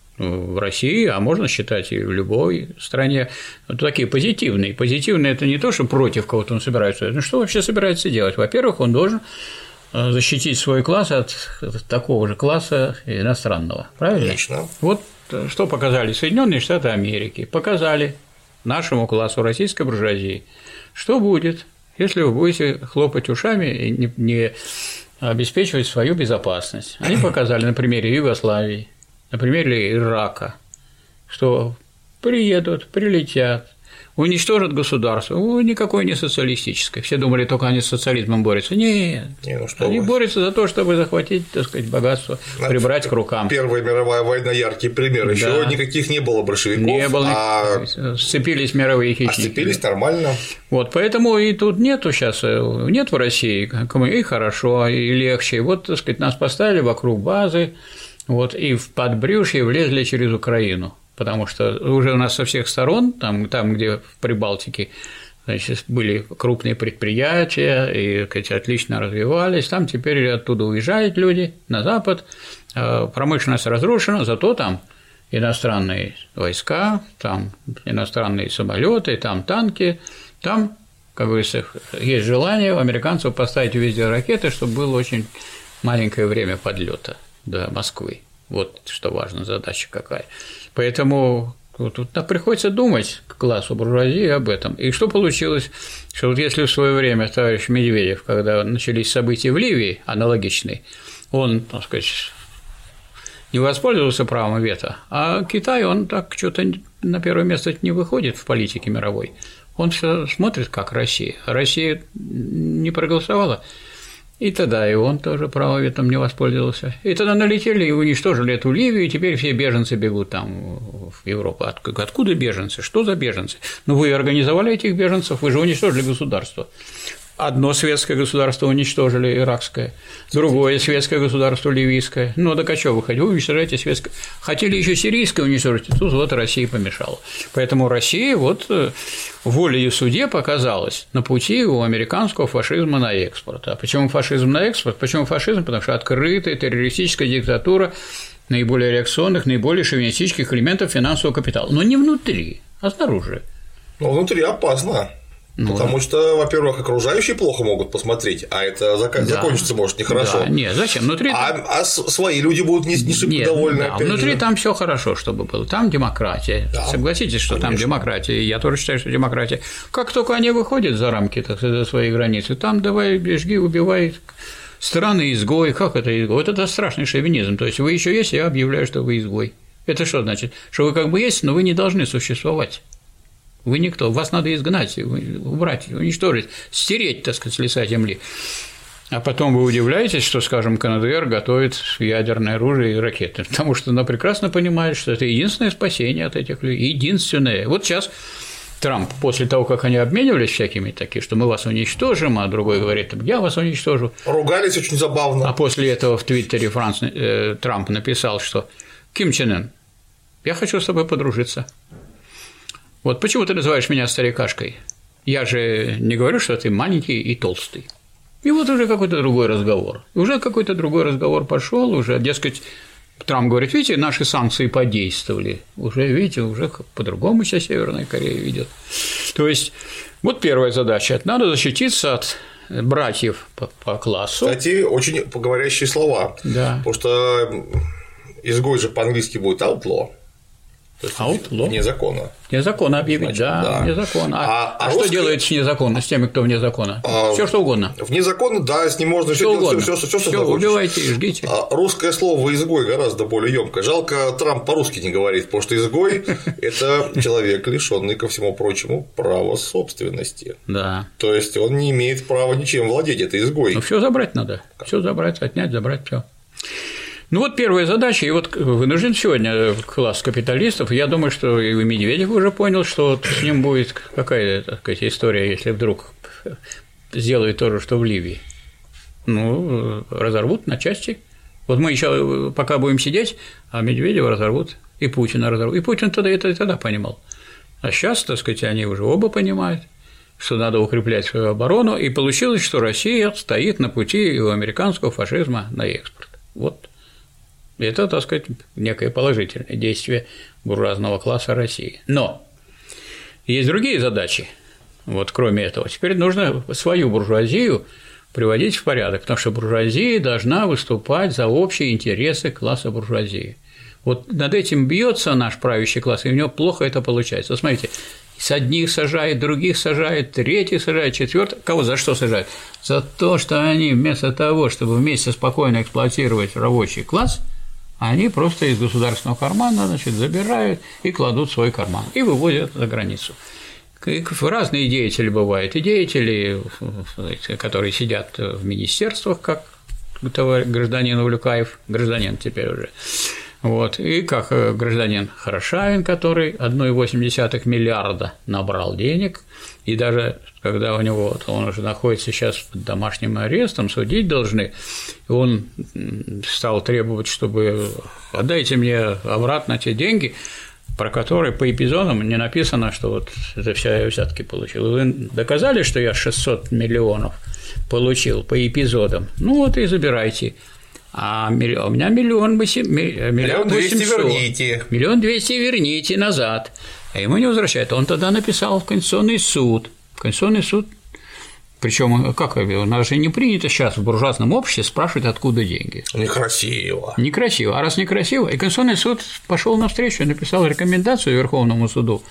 в России, а можно считать и в любой стране, вот такие позитивные. Позитивные – это не то, что против кого-то он собирается, ну что вообще собирается делать? Во-первых, он должен защитить свой класс от такого же класса иностранного, правильно? Конечно. Вот что показали Соединенные Штаты Америки, показали нашему классу российской буржуазии, что будет, если вы будете хлопать ушами и не, не обеспечивать свою безопасность. Они показали на примере Югославии, на примере Ирака, что приедут, прилетят, уничтожат государство, о, никакое не социалистическое. Все думали, только они с социализмом борются. Нет, не, ну что они вы. борются за то, чтобы захватить, так сказать, богатство, прибрать к рукам. Первая мировая война – яркий пример. Да. Еще никаких не было большевиков. Не было, а… сцепились мировые хищники. А сцепились нормально. Вот, поэтому и тут нету сейчас, нет в России, и хорошо, и легче. И вот, так сказать, нас поставили вокруг базы, вот, и в подбрюшье влезли через Украину. Потому что уже у нас со всех сторон, там, там где в Прибалтике, значит, были крупные предприятия, и, сказать, отлично развивались, там теперь оттуда уезжают люди на Запад, промышленность разрушена, зато там иностранные войска, там иностранные самолеты, там танки, там, как говорится, есть желание у американцев поставить везде ракеты, чтобы было очень маленькое время подлета до Москвы. Вот что важно, задача какая. Поэтому тут приходится думать классу буржуазии об этом. И что получилось, что вот если в свое время товарищ Медведев, когда начались события в Ливии аналогичные, он, так сказать, не воспользовался правом вето, а Китай, он так что-то на первое место не выходит в политике мировой. Он все смотрит, как Россия. Россия не проголосовала. И тогда и он тоже правом вето не воспользовался. И тогда налетели и уничтожили эту Ливию, и теперь все беженцы бегут там в Европу. Откуда беженцы? Что за беженцы? Ну, вы организовали этих беженцев, вы же уничтожили государство. Одно светское государство уничтожили, иракское, другое светское государство ливийское. Ну, так а что вы хотите? Вы уничтожаете светское. Хотели еще сирийское уничтожить, и тут вот Россия помешала. Поэтому Россия вот волею суде показалась на пути у американского фашизма на экспорт. А почему фашизм на экспорт? Почему фашизм? Потому что открытая террористическая диктатура наиболее реакционных, наиболее шовинистических элементов финансового капитала. Но не внутри, а снаружи. Ну, внутри опасно. Ну, потому да. что, во-первых, окружающие плохо могут посмотреть, а это зак... да. закончится может нехорошо. Да. Нет, зачем? Внутри. А, а свои люди будут не, не шибко довольны. Да. Внутри же. Там все хорошо, чтобы было. Там демократия. Да. Согласитесь, что Конечно. Там демократия. Я тоже считаю, что демократия. Как только они выходят за рамки, так сказать, за свои границы, там давай жги, убивай. Страны изгой. Как это изгой? Вот это страшный шовинизм. То есть вы еще есть, я объявляю, что вы изгой. Это что значит? Что вы как бы есть, но вы не должны существовать. Вы никто, вас надо изгнать, убрать, уничтожить, стереть, так сказать, с лица земли. А потом вы удивляетесь, что, скажем, КНДР готовит ядерное оружие и ракеты, потому что она прекрасно понимает, что это единственное спасение от этих людей, единственное. Вот сейчас Трамп, после того, как они обменивались всякими такими, что мы вас уничтожим, а другой говорит, я вас уничтожу. Ругались очень забавно. А после этого в Твиттере Франц, э, Трамп написал, что Ким Чен Ын, я хочу с тобой подружиться. Вот почему ты называешь меня старикашкой? Я же не говорю, что ты маленький и толстый. И вот уже какой-то другой разговор. Уже какой-то другой разговор пошел, уже, дескать, Трамп говорит, видите, наши санкции подействовали. Уже, видите, уже по-другому сейчас Северная Корея ведет. То есть, вот первая задача – надо защититься от братьев по, по классу. Кстати, очень поговорящие слова. Да. Потому что изгой же по-английски будет outlaw. Outlaw? Вне закона. Вне закона объявить, значит, да, да, вне закона. А, а, а, а русский... что делает вне закона с теми, кто вне закона? А, все что угодно. Вне закона, да, с ним можно все делать все, все, все, что захочешь. Убивайте и жгите. А русское слово «изгой» гораздо более ёмкое. Жалко, Трамп по-русски не говорит, потому что изгой – это человек, лишённый, ко всему прочему, права собственности. Да. То есть он не имеет права ничем владеть, это изгой. Ну, все забрать надо. Все забрать, отнять, забрать, все. Ну вот первая задача, и вот вынужден сегодня класс капиталистов, я думаю, что и Медведев уже понял, что вот с ним будет какая-то, так сказать, история, если вдруг сделают то же, что в Ливии. Ну, разорвут на части. Вот мы еще пока будем сидеть, а Медведева разорвут, и Путина разорвут. И Путин тогда это и тогда понимал. А сейчас, так сказать, они уже оба понимают, что надо укреплять свою оборону, и получилось, что Россия стоит на пути у американского фашизма на экспорт. Вот. Это, так сказать, некое положительное действие буржуазного класса России. Но есть другие задачи, вот кроме этого. Теперь нужно свою буржуазию приводить в порядок, потому что буржуазия должна выступать за общие интересы класса буржуазии. Вот над этим бьется наш правящий класс, и у него плохо это получается. Вот смотрите, с одних сажает, других сажает, третьих сажает, четвертых. Кого за что сажают? За то, что они вместо того, чтобы вместе спокойно эксплуатировать рабочий класс, они просто из государственного кармана, значит, забирают и кладут в свой карман и вывозят за границу. Разные деятели бывают, и деятели, которые сидят в министерствах, как гражданин Улюкаев, гражданин теперь уже, вот, и как гражданин Хорошавин, который одна целая восемь десятых миллиарда набрал денег, и даже когда у него, он уже находится сейчас под домашним арестом, судить должны, он стал требовать, чтобы отдайте мне обратно те деньги, про которые по эпизодам не написано, что вот это вся я взятки получил. Вы доказали, что я шестьсот миллионов получил по эпизодам? Ну вот и забирайте. А у меня миллион двести верните. Миллион двести верните назад. А ему не возвращают. Он тогда написал в Конституционный суд. В Конституционный суд. Причем, как у нас же не принято сейчас в буржуазном обществе спрашивать, откуда деньги. Некрасиво. Некрасиво. А раз некрасиво, и Конституционный суд пошел навстречу и написал рекомендацию Верховному суду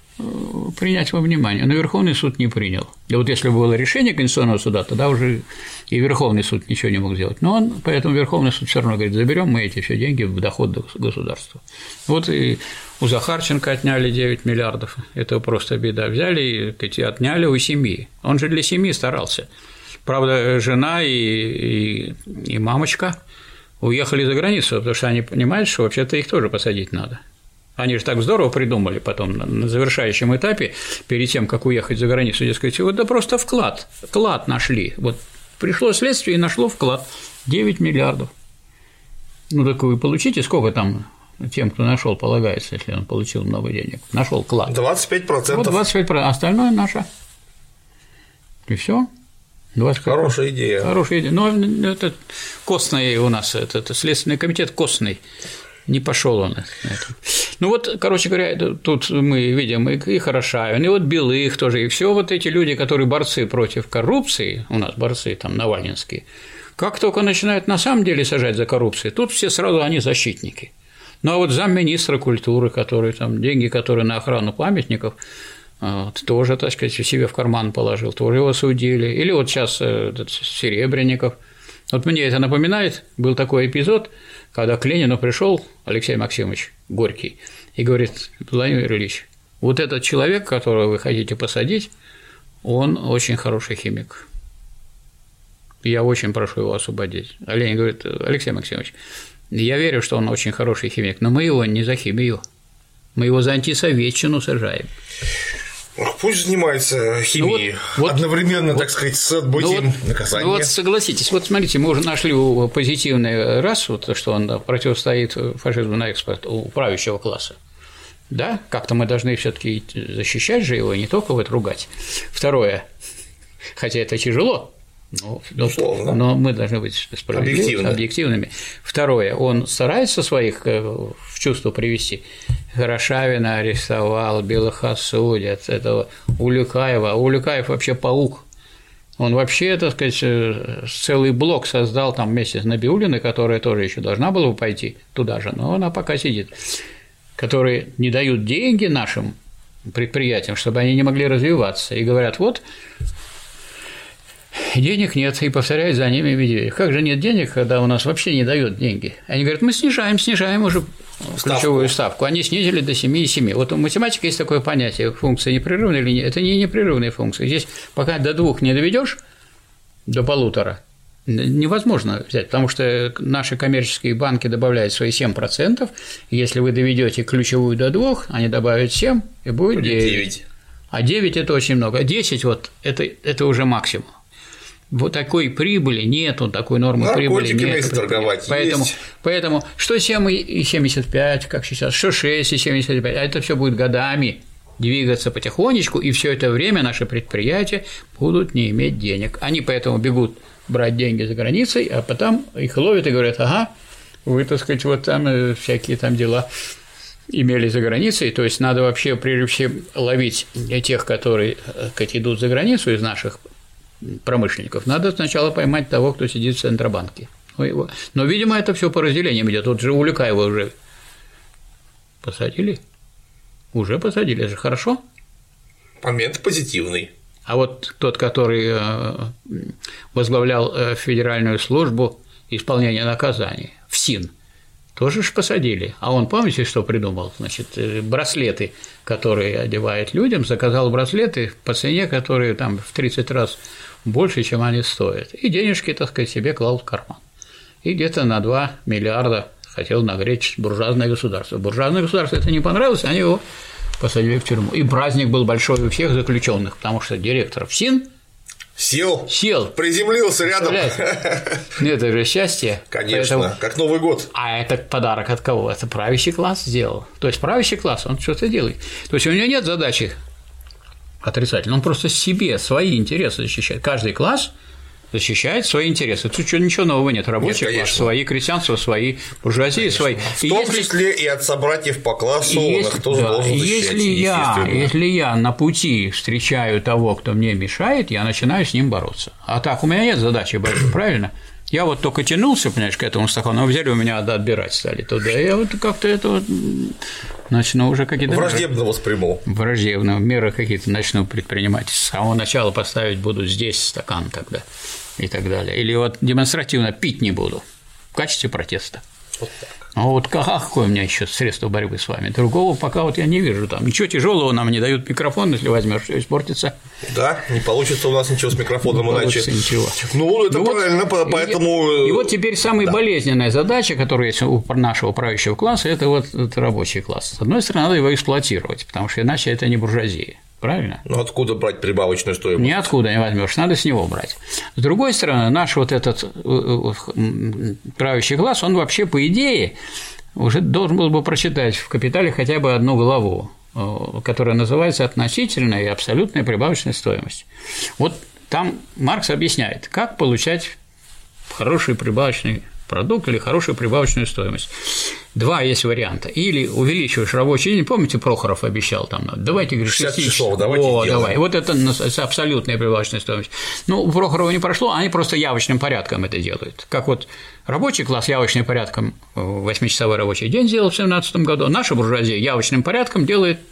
принять во внимание, но Верховный суд не принял. И вот если бы было решение Конституционного суда, тогда уже и Верховный суд ничего не мог сделать. Но он, поэтому Верховный суд все равно говорит, заберем мы эти все деньги в доход государства. Вот и у Захарченко отняли девять миллиардов, это просто беда. Взяли и отняли у семьи. Он же для семьи старался. Правда, жена и, и, и мамочка уехали за границу, потому что они понимают, что вообще-то их тоже посадить надо. Они же так здорово придумали потом на завершающем этапе, перед тем, как уехать за границу, дескать, вот да просто вклад, вклад нашли. Вот пришло следствие и нашло вклад девять миллиардов. Ну так вы получите, сколько там тем, кто нашел, полагается, если он получил много денег. Нашел вклад. двадцать пять процентов. Вот двадцать пять процентов, остальное наше. И все. Хорошая идея. Хорошая идея. Но это костный у нас, это, это Следственный комитет костный. Не пошел он на это. Ну вот, короче говоря, тут мы видим и Хорошавин, и вот Белых тоже, и все вот эти люди, которые борцы против коррупции, у нас борцы там навальнинские, как только начинают на самом деле сажать за коррупцию, тут все сразу они защитники. Ну а вот замминистра культуры, который там деньги, которые на охрану памятников, вот, тоже, так сказать, себе в карман положил, тоже его судили. Или вот сейчас этот Серебренников. Вот мне это напоминает, был такой эпизод, когда к Ленину пришел Алексей Максимович Горький и говорит: Владимир Ильич, вот этот человек, которого вы хотите посадить, он очень хороший химик. Я очень прошу его освободить. А Ленин говорит: Алексей Максимович, я верю, что он очень хороший химик, но мы его не за химию, мы его за антисоветчину сажаем. Пусть занимается химией, ну вот, одновременно, вот, так сказать, с отбытием ну вот, наказания. Ну вот согласитесь, вот смотрите, мы уже нашли позитивный раз, вот, что он противостоит фашизму на экспорт у правящего класса. Да, как-то мы должны все-таки защищать же его, не только вот ругать. Второе, хотя это тяжело, но, но мы должны быть справедливыми, объективными. Второе, он старается своих в чувство привести. Хорошавина арестовал, Белых осудят, этого Улюкаева. А Улюкаев вообще паук. Он вообще, так сказать, целый блок создал там вместе с Набиуллиной, которая тоже еще должна была бы пойти туда же, но она пока сидит. которые не дают деньги нашим предприятиям, чтобы они не могли развиваться, и говорят, вот, денег нет, и повторяют за ними Медведев. Как же нет денег, когда у нас вообще не дают деньги? Они говорят, мы снижаем, снижаем уже ставку. Ключевую ставку. Они снизили до семь и семь. Вот у математики есть такое понятие, функция непрерывная или нет. Это не непрерывная функция. Здесь пока до двух не доведешь, до полутора, невозможно взять, потому что наши коммерческие банки добавляют свои семь процентов, если вы доведете ключевую до двух, они добавят семь, и будет девять. А девять – это очень много. А десять – вот, это, это уже максимум. Вот такой прибыли нету, такой нормы наркотики прибыли нет. Торговать поэтому, есть. поэтому что семь и семьдесят пять, как сейчас, что шесть и семьдесят пять, а это все будет годами двигаться потихонечку, и все это время наши предприятия будут не иметь денег. Они поэтому бегут брать деньги за границей, а потом их ловят и говорят, ага, вы, так сказать, вот там всякие там дела имели за границей, то есть надо вообще прежде всего ловить тех, которые как идут за границу из наших промышленников, надо сначала поймать того, кто сидит в Центробанке. Но, видимо, это все по разделениям идет. Вот же Улюкаева уже посадили. Уже посадили, это же хорошо. Момент позитивный. А вот тот, который возглавлял Федеральную службу исполнения наказаний, ФСИН, тоже ж посадили. А он, помните, что придумал? Значит, браслеты, которые одевают людям, заказал браслеты по цене, которые там в тридцать раз больше, чем они стоят. И денежки, так сказать, себе клал в карман. И где-то на два миллиарда хотел нагреть буржуазное государство. Буржуазное государство это не понравилось, они его посадили в тюрьму. И праздник был большой у всех заключенных, потому что директор ФСИН Сел, Сел, приземлился рядом. Это же счастье. Конечно, поэтому... как Новый год. А это подарок от кого? Это правящий класс сделал. То есть правящий класс, он что-то делает. То есть у него нет задачи отрицательной, он просто себе свои интересы защищает. Каждый класс защищает свои интересы. Тут что, ничего нового нет. Рабочий нет, класс свои, крестьянство свои, буржуазии конечно. Свои. В том если... числе и от собратьев по классу он их тоже да. должен защищать. Если я, если я на пути встречаю того, кто мне мешает, я начинаю с ним бороться. А так у меня нет задачи бороться, правильно? Я вот только тянулся, понимаешь, к этому стакану, а взяли у меня отбирать стали туда. Я вот как-то это вот начну уже какие-то… Враждебно восприму. Враждебно. Меры какие-то начну предпринимать. С самого начала поставить буду здесь стакан тогда и так далее. Или вот демонстративно пить не буду в качестве протеста. Вот так. А вот какое у меня еще средство борьбы с вами? Другого пока вот я не вижу. Там ничего тяжелого нам не дают микрофон, если возьмешь, все испортится. Да, не получится у нас ничего с микрофоном не иначе. Ничего. Ну, это ну, правильно, вот, поэтому. И, и вот теперь самая да. болезненная задача, которая есть у нашего правящего класса, это вот это рабочий класс. С одной стороны, надо его эксплуатировать, потому что иначе это не буржуазия. Правильно? Ну, откуда брать прибавочную стоимость? Ниоткуда не возьмешь, надо с него брать. С другой стороны, наш вот этот правящий класс, он вообще, по идее, уже должен был бы прочитать в «Капитале» хотя бы одну главу, которая называется «Относительная и абсолютная прибавочная стоимость». Вот там Маркс объясняет, как получать хороший прибавочный продукт или хорошую прибавочную стоимость. Два есть варианта. Или увеличиваешь рабочий день, помните, Прохоров обещал там, давайте, говорит, шестьдесят часов, давайте О, делаем. давай. Вот это абсолютная прибавочная стоимость. Ну, у Прохорова не прошло, они просто явочным порядком это делают. Как вот рабочий класс явочным порядком восьмичасовой рабочий день сделал в семнадцатом году, наша буржуазия явочным порядком делает,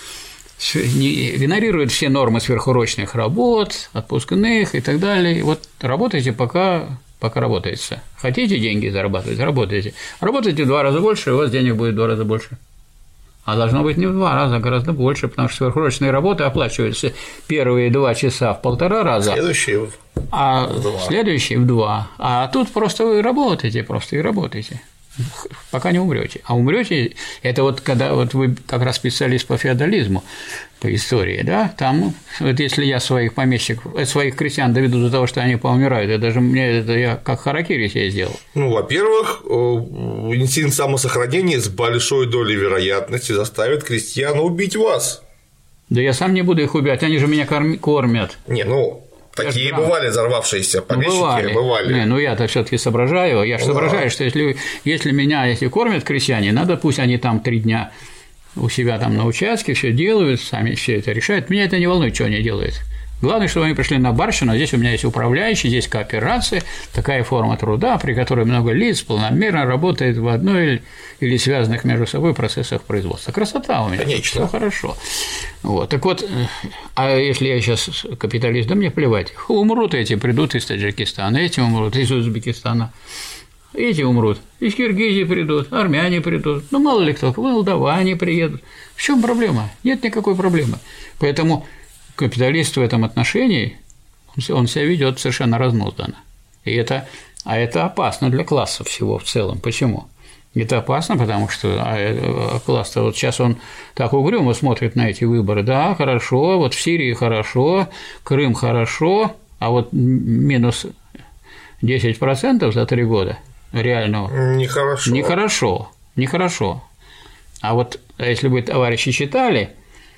игнорирует все нормы сверхурочных работ, отпускных и так далее. Вот работайте, пока… пока работается. Хотите деньги зарабатывать, работайте. Работайте в два раза больше, и у вас денег будет в два раза больше. А должно быть не в два раза, а гораздо больше, потому что сверхурочные работы оплачиваются первые два часа в полтора раза, следующие в а два. следующие в два. А тут просто вы работаете, просто и работаете, пока не умрете. А умрете это вот когда вот вы как раз специалист по феодализму, по истории, да, там, вот если я своих помещиков, своих крестьян доведу до того, что они поумирают, это даже мне это я как харакири себе сделал. Ну, во-первых, инстинкт самосохранения с большой долей вероятности заставит крестьян убить вас. Да я сам не буду их убивать, они же меня кормят. Не, ну. Такие это бывали взорвавшиеся помещики, ну, бывали. бывали. Не, ну я-то все-таки соображаю. Я же ну, соображаю, да. что если, если меня если кормят крестьяне, надо пусть они там три дня у себя там на участке все делают, сами все это решают. Меня это не волнует, что они делают. Главное, чтобы они пришли на барщину, здесь у меня есть управляющий, здесь кооперация, такая форма труда, при которой много лиц планомерно работает в одной или связанных между собой процессах производства. Красота у меня, все хорошо. Вот. Так вот, а если я сейчас капиталист, да мне плевать, умрут эти, придут из Таджикистана, эти умрут из Узбекистана, эти умрут, из Киргизии придут, армяне придут, ну мало ли кто, молдаване приедут. В чем проблема? Нет никакой проблемы. Поэтому капиталист в этом отношении, он себя ведет совершенно разнузданно. И это, а это опасно для класса всего в целом. Почему? Это опасно, потому что а класс-то вот сейчас он так угрюмо смотрит на эти выборы. Да, хорошо, вот в Сирии хорошо, Крым хорошо, а вот минус десять процентов за три года реального. Нехорошо. Нехорошо, нехорошо. А вот если бы товарищи читали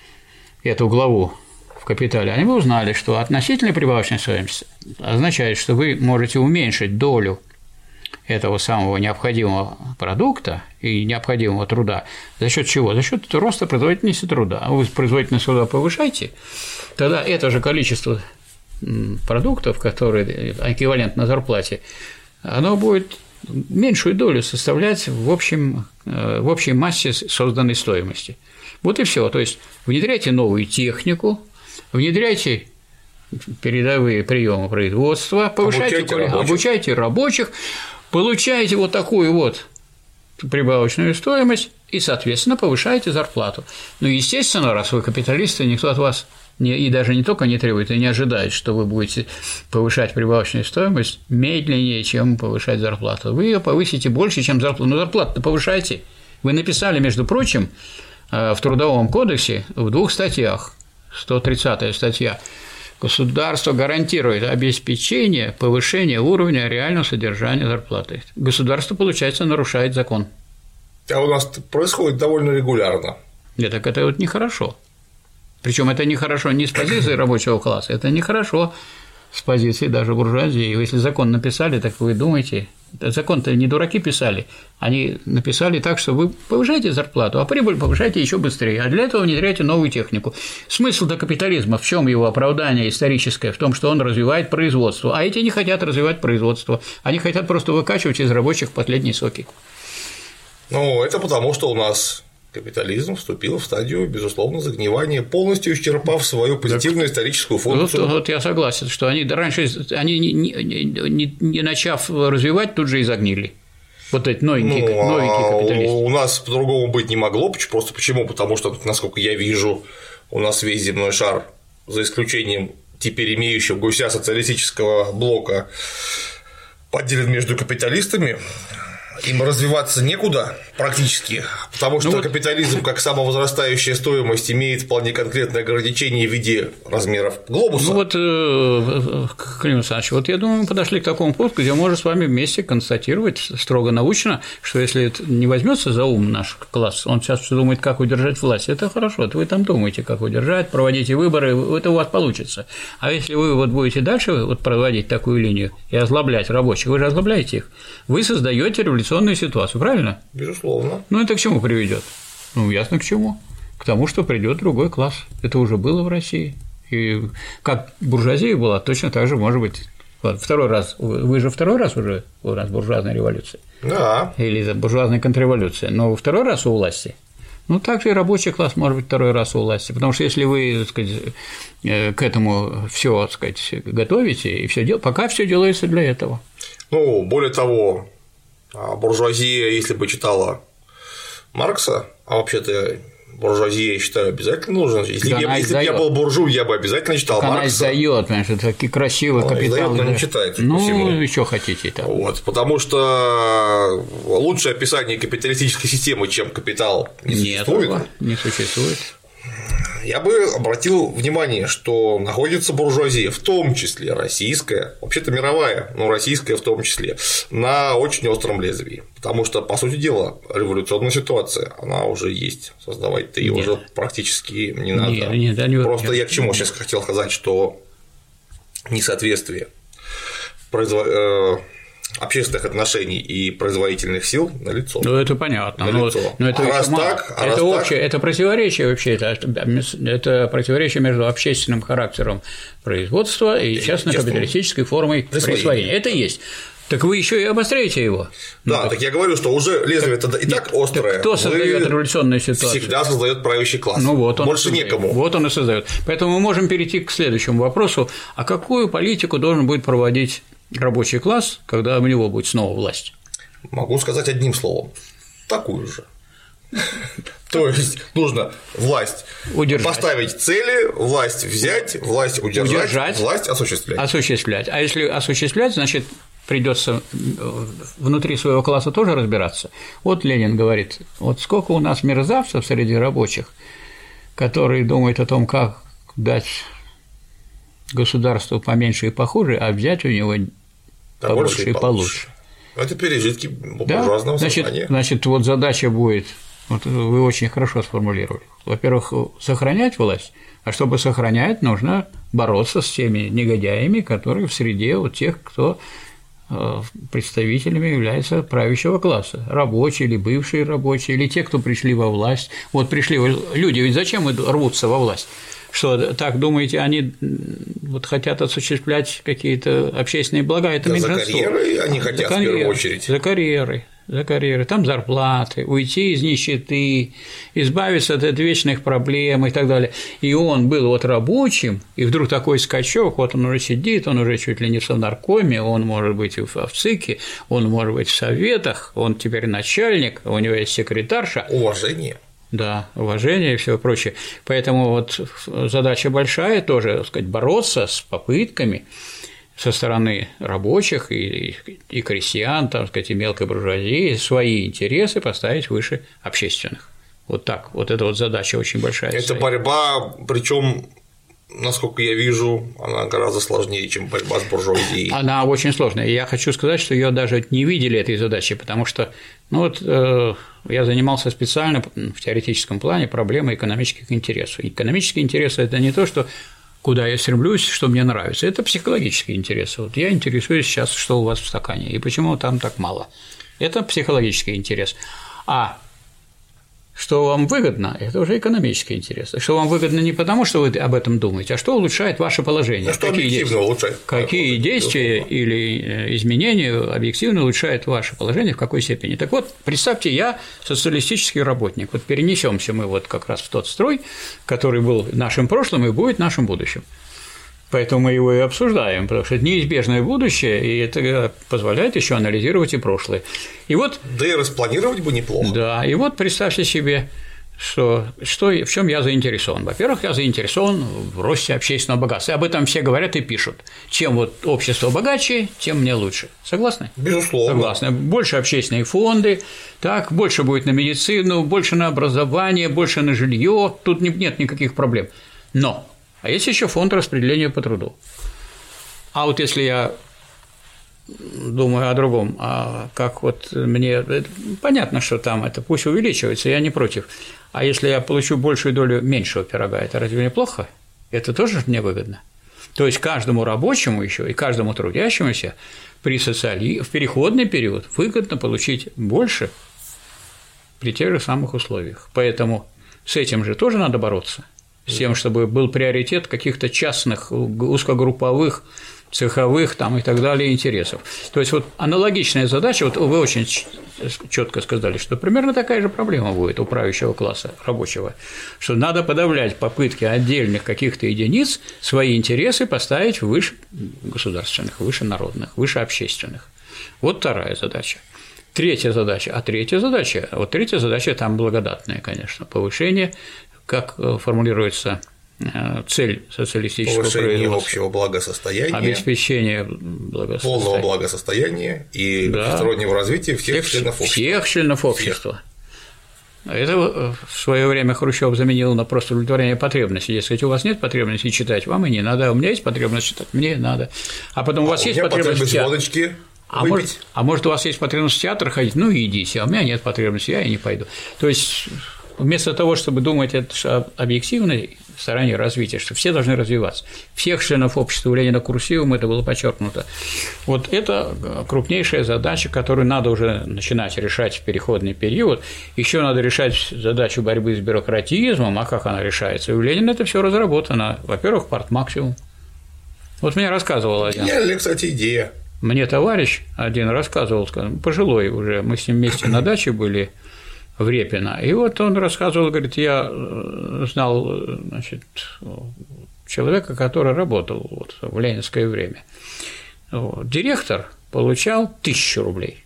эту главу в «Капитале», они бы узнали, что относительная прибавочная стоимость означает, что вы можете уменьшить долю этого самого необходимого продукта и необходимого труда за счет чего? За счет роста производительности труда. А вы производительность труда повышаете, тогда это же количество продуктов, которые эквивалентно зарплате, оно будет меньшую долю составлять в, общем, в общей массе созданной стоимости. Вот и все. То есть внедряйте новую технику, внедряйте передовые приемы производства, повышайте, обучайте рабочих. обучайте рабочих, получаете вот такую вот прибавочную стоимость и, соответственно, повышаете зарплату. Ну, естественно, раз вы капиталисты, никто от вас не, и даже не только не требует, и не ожидает, что вы будете повышать прибавочную стоимость медленнее, чем повышать зарплату. Вы ее повысите больше, чем зарплату. Но зарплату-то повышайте. Вы написали, между прочим, в Трудовом кодексе в двух статьях, сто тридцатая статья, государство гарантирует обеспечение повышения уровня реального содержания зарплаты. Государство, получается, нарушает закон. А у нас происходит довольно регулярно. Нет, так это вот нехорошо. Причем это нехорошо не с позиции рабочего класса, это нехорошо с позиции даже буржуазии. Если закон написали, так вы думаете, закон-то не дураки писали, они написали так, что вы повышаете зарплату, а прибыль повышаете еще быстрее, а для этого внедряйте новую технику. Смысл-то капитализма, в чем его оправдание историческое? В том, что он развивает производство, а эти не хотят развивать производство, они хотят просто выкачивать из рабочих последние соки. Ну, это потому, что у нас капитализм вступил в стадию, безусловно, загнивания, полностью исчерпав свою позитивную так, историческую функцию. Вот, вот я согласен, что они раньше, они не, не, не, не начав развивать, тут же и загнили. Вот эти новенькие, ну, новенькие капиталисты. У нас по-другому быть не могло, просто почему? Потому что, насколько я вижу, у нас весь земной шар, за исключением теперь имеющего гуся социалистического блока, поделен между капиталистами. Им развиваться некуда практически, потому что ну вот... капитализм как самовозрастающая стоимость имеет вполне конкретное ограничение в виде размеров глобуса. Ну вот, Клим Александрович, вот я думаю, мы подошли к такому пункту, где можно с вами вместе констатировать строго научно, что если это не возьмется за ум наш класс, он сейчас все думает, как удержать власть, это хорошо, это вы там думаете, как удержать, проводите выборы, это у вас получится. А если вы вот будете дальше вот проводить такую линию и озлоблять рабочих, вы же озлобляете их, вы создаете революционную ситуацию, правильно? Безусловно. Ну это к чему приведет? Ну, ясно к чему. К тому, что придет другой класс. Это уже было в России. И как буржуазия была, точно так же может быть. Второй раз. Вы же второй раз уже у нас буржуазная революция. Да. Или буржуазная контрреволюция. Но второй раз у власти. Ну, так же и рабочий класс может быть второй раз у власти. Потому что если вы, так сказать, к этому все, так сказать, готовите, и все дел... пока все делается для этого. Ну, более того, буржуазия, если бы читала Маркса, а вообще-то буржуазия, я считаю, обязательно нужна. Если, я, если бы я был буржуй, я бы обязательно читал так Маркса. Она издает, понимаешь, это такие красивые капиталы. Она не читает. Ну, еще хотите. Так. Вот, потому что лучшее описание капиталистической системы, чем капитал, не Нет, существует. Не существует. Я бы обратил внимание, что находится буржуазия, в том числе российская, вообще-то мировая, но российская в том числе, на очень остром лезвии. Потому что, по сути дела, революционная ситуация, она уже есть. Создавать-то ее уже практически не надо. Нет, нет, да, нет, Просто нет, я к чему нет. сейчас хотел сказать, что несоответствие производ... общественных отношений и производительных сил налицо. Ну, это понятно. Налицо. Но, но это а раз мало. так, а это раз общее, так... это противоречие вообще, это, это противоречие между общественным характером производства и частно-капиталистической формой присвоения. присвоения. Это есть. Так вы еще и обостряете его. Да, ну, так, так я говорю, что уже лезвие тогда и так острое. Кто создает революционную ситуацию? Всегда создает правящий класс. Ну, вот он Больше создает. некому. Вот он и создает. Поэтому мы можем перейти к следующему вопросу: а какую политику должен будет проводить рабочий класс, когда у него будет снова власть? Могу сказать одним словом: такую же. То есть нужно власть удержать. Поставить цели, власть взять, власть удержать, удержать, власть осуществлять. Осуществлять. А если осуществлять, значит, придется внутри своего класса тоже разбираться. Вот Ленин говорит: вот сколько у нас мерзавцев среди рабочих, которые думают о том, как дать государству поменьше и похуже, а взять у него да побольше и получше. Это пережитки буржуазного да? сознания. Значит, значит, вот задача будет, вот вы очень хорошо сформулировали. Во-первых, сохранять власть, а чтобы сохранять, нужно бороться с теми негодяями, которые в среде вот тех, кто представителями являются правящего класса, рабочие или бывшие рабочие, или те, кто пришли во власть. Вот пришли люди, ведь зачем рвутся во власть? Что, так думаете, они вот хотят осуществлять какие-то общественные блага? Это да, меньшинство. За карьерой они хотят за карьеры, в первую очередь. За карьерой. За карьеры, там зарплаты, уйти из нищеты, избавиться от вечных проблем и так далее. И он был вот рабочим, и вдруг такой скачок, вот он уже сидит, он уже чуть ли не в совнаркоме, он может быть в ЦИКе, он может быть в советах, он теперь начальник, у него есть секретарша. Уважение. Да, уважение и все прочее. Поэтому вот задача большая тоже, так сказать, бороться с попытками со стороны рабочих и, и крестьян, так сказать, и мелкой буржуазии свои интересы поставить выше общественных. Вот так. Вот эта вот задача очень большая. Это стоит. Борьба, причем, насколько я вижу, она гораздо сложнее, чем борьба с буржуазией. Она очень сложная. И я хочу сказать, что ее даже не видели этой задачи, потому что, ну вот, э, я занимался специально в теоретическом плане проблемой экономических интересов. Экономические интересы – это не то, что куда я стремлюсь, что мне нравится. Это психологические интересы. Вот я интересуюсь сейчас, что у вас в стакане, и почему там так мало. Это психологический интерес. А что вам выгодно, это уже экономический интерес. Что вам выгодно не потому, что вы об этом думаете, а что улучшает ваше положение. А что какие объективно действия, улучшает? какие действия или изменения объективно улучшают ваше положение, в какой степени. Так вот, представьте, я социалистический работник. Вот перенесемся мы вот как раз в тот строй, который был нашим прошлым и будет нашим будущим. Поэтому мы его и обсуждаем, потому что это неизбежное будущее, и это позволяет еще анализировать и прошлое. И вот, да и распланировать бы неплохо. Да, и вот представьте себе, что, что, в чем я заинтересован. Во-первых, я заинтересован в росте общественного богатства. И об этом все говорят и пишут. Чем вот общество богаче, тем мне лучше. Согласны? Безусловно. Согласны. Больше общественные фонды, так, больше будет на медицину, больше на образование, больше на жилье. Тут нет никаких проблем. Но а есть еще фонд распределения по труду. А вот если я думаю о другом, а как вот мне… Понятно, что там это пусть увеличивается, я не против. А если я получу большую долю меньшего пирога, это разве неплохо? Это тоже мне выгодно. То есть каждому рабочему еще и каждому трудящемуся при социали... в переходный период выгодно получить больше при тех же самых условиях. Поэтому с этим же тоже надо бороться. С тем, чтобы был приоритет каких-то частных, узкогрупповых, цеховых там, и так далее интересов. То есть, вот аналогичная задача, вот вы очень четко сказали, что примерно такая же проблема будет у правящего класса рабочего, что надо подавлять попытки отдельных каких-то единиц свои интересы поставить выше государственных, выше народных, выше общественных. Вот вторая задача. Третья задача. А третья задача, вот третья задача там благодатная, конечно, повышение. Как формулируется цель социалистического повышение общего благосостояния, обеспечение благосостояния, полного благосостояния и да. всестороннего развития всех, всех членов общества. Всех членов общества. Всех. Это в свое время Хрущев заменил на просто удовлетворение потребностей. Дескать, у вас нет потребности читать, вам и не надо, а у меня есть потребность читать, мне надо. А потом у вас а есть у меня потребность водочки. А может, а может, у вас есть потребность в театр ходить? Ну, идите, а у меня нет потребности, я и не пойду. То есть вместо того, чтобы думать о объективной стороне развития, что все должны развиваться, всех членов общества у Ленина курсивом это было подчеркнуто. Вот это крупнейшая задача, которую надо уже начинать решать в переходный период. Еще надо решать задачу борьбы с бюрократизмом, а как она решается? И у Ленина это все разработано. Во-первых, партмаксимум. Вот мне рассказывал один. Гениальная, кстати, идея. Мне товарищ один рассказывал, пожилой уже, мы с ним вместе на даче были в Репино, и вот он рассказывал, говорит, я знал, значит, человека, который работал вот в ленинское время. Вот. Директор получал тысячу рублей,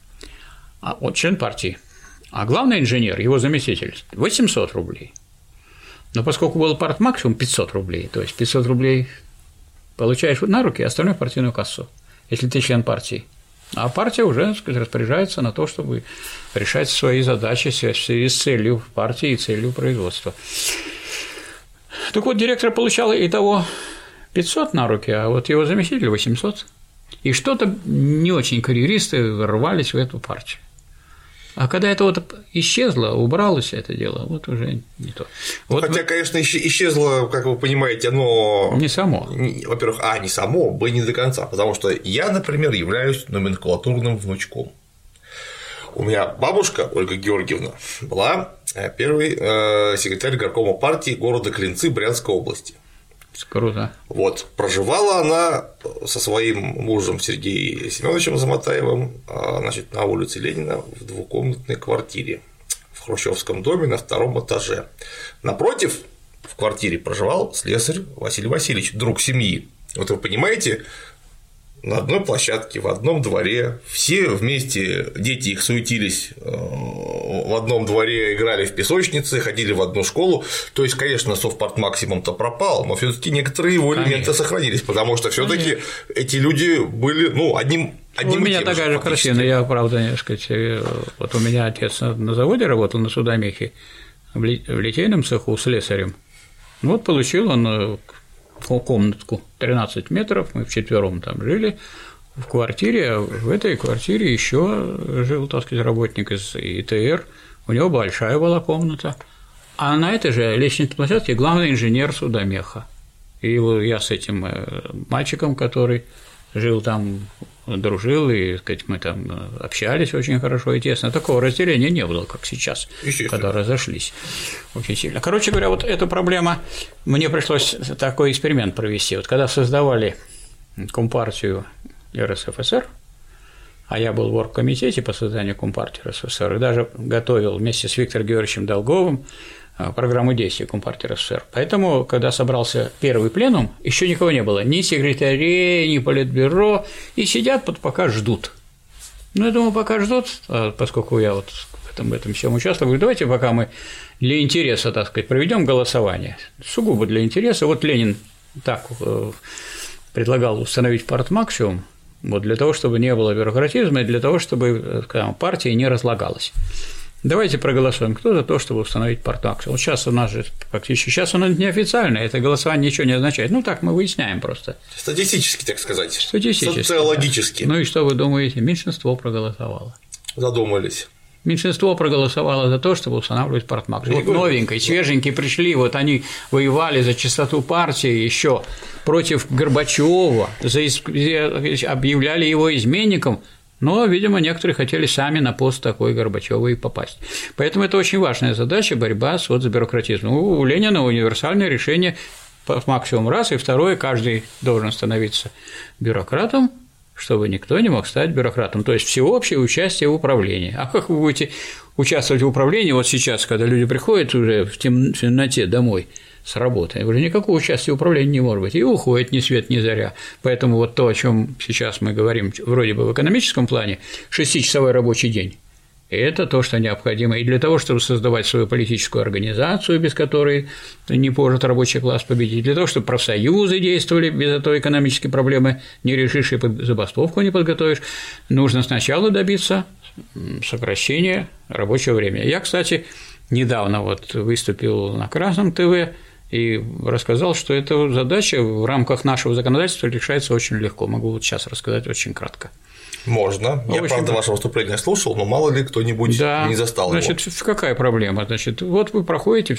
а вот член партии, а главный инженер, его заместитель, восемьсот рублей. Но поскольку был партмаксимум пятьсот рублей, то есть пятьсот рублей получаешь на руки, остальное в партийную кассу, если ты член партии. А партия уже, так сказать, распоряжается на то, чтобы решать свои задачи в связи с целью партии и целью производства. Так вот, директор получал и того пятьсот на руки, а вот его заместитель восемьсот. И что-то не очень карьеристы ворвались в эту партию. А когда это вот исчезло, убралось это дело, вот уже не то. Ну, вот хотя, вы... конечно, исчезло, как вы понимаете, оно… Не само. Во-первых, а, не само, б, не до конца, потому что я, например, являюсь номенклатурным внучком. У меня бабушка, Ольга Георгиевна, была первый секретарь горкома партии города Клинцы Брянской области. Круто. Вот. Проживала она со своим мужем Сергеем Семеновичем Замотаевым, значит, на улице Ленина в двухкомнатной квартире в хрущевском доме на втором этаже. Напротив в квартире проживал слесарь Василий Васильевич, друг семьи. Вот вы понимаете, на одной площадке, в одном дворе, все вместе, дети их суетились в одном дворе, играли в песочнице, ходили в одну школу. То есть, конечно, совпартмаксимум-то пропал, но все-таки некоторые его элементы конечно. Сохранились, потому что все-таки эти люди были, ну, одним. Одним у меня такая же картина, я, правда, не сказать, вот у меня отец на заводе работал, на Судомехе, в литейном цеху слесарем. Вот получил он комнатку тринадцать метров, мы вчетвером там жили в квартире, а в этой квартире еще жил, так сказать, работник из ИТР, у него большая была комната, а на этой же лестничной площадке главный инженер Судомеха. И я с этим мальчиком, который жил там, дружил, и, так сказать, мы там общались очень хорошо и тесно. Такого разделения не было, как сейчас, когда разошлись очень сильно. Короче говоря, вот эта проблема, мне пришлось такой эксперимент провести. Вот когда создавали Компартию РСФСР, а я был в оргкомитете по созданию Компартии РСФСР, и даже готовил вместе с Виктором Георгиевичем Долговым программу действий Компартии РСФСР. Поэтому, когда собрался первый пленум, еще никого не было, ни секретарей, ни политбюро, и сидят вот пока ждут. Ну, я думаю, пока ждут, поскольку я вот в этом, в этом всем участвую, говорю, давайте пока мы для интереса, так сказать, проведем голосование, сугубо для интереса. Вот Ленин так предлагал установить партмаксимум, вот для того, чтобы не было бюрократизма и для того, чтобы партия не разлагалась. Давайте проголосуем, кто за то, чтобы установить партмаксимум. Вот сейчас у нас же практически, сейчас оно неофициальное, это голосование ничего не означает. Ну, так мы выясняем просто. Статистически, так сказать. Статистически. Социологически. Да. Ну и что вы думаете? Меньшинство проголосовало. Задумались. Меньшинство проголосовало за то, чтобы устанавливать партмаксимум. Вот новенькие, свеженькие пришли, вот они воевали за чистоту партии еще против Горбачева, объявляли его изменником. Но, видимо, некоторые хотели сами на пост такой Горбачёва и попасть. Поэтому это очень важная задача – борьба с, вот, с бюрократизмом. У Ленина универсальное решение максимум раз, и второе – каждый должен становиться бюрократом, чтобы никто не мог стать бюрократом. То есть всеобщее участие в управлении. А как вы будете участвовать в управлении вот сейчас, когда люди приходят уже в темноте домой с работы, уже никакого участия в управлении не может быть, и уходит ни свет ни заря. Поэтому вот то, о чем сейчас мы говорим, вроде бы в экономическом плане, шестичасовой рабочий день, это то, что необходимо и для того, чтобы создавать свою политическую организацию, без которой не может рабочий класс победить, для того, чтобы профсоюзы действовали, без этого экономические проблемы не решишь и забастовку не подготовишь, нужно сначала добиться сокращения рабочего времени. Я, кстати, недавно вот выступил на Красном ТВ и рассказал, что эта задача в рамках нашего законодательства решается очень легко. Могу вот сейчас рассказать очень кратко. Можно. Я, очень... правда, ваше выступление слушал, но мало ли кто-нибудь да. не застал Значит, его. Какая проблема? Значит, вот вы проходите,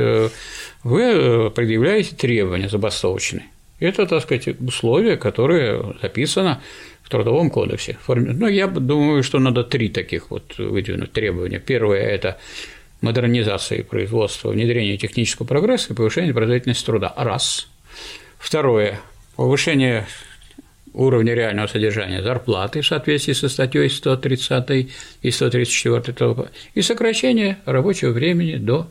вы предъявляете требования забастовочные. Это, так сказать, условия, которые записано в Трудовом кодексе. Ну, я думаю, что надо три таких вот выдвинуть требования. Первое – это модернизация производства, внедрение технического прогресса и повышение производительности труда. Раз. Второе – повышение уровня реального содержания зарплаты в соответствии со статьей сто тридцатой и сто тридцать четвёртой и сокращение рабочего времени до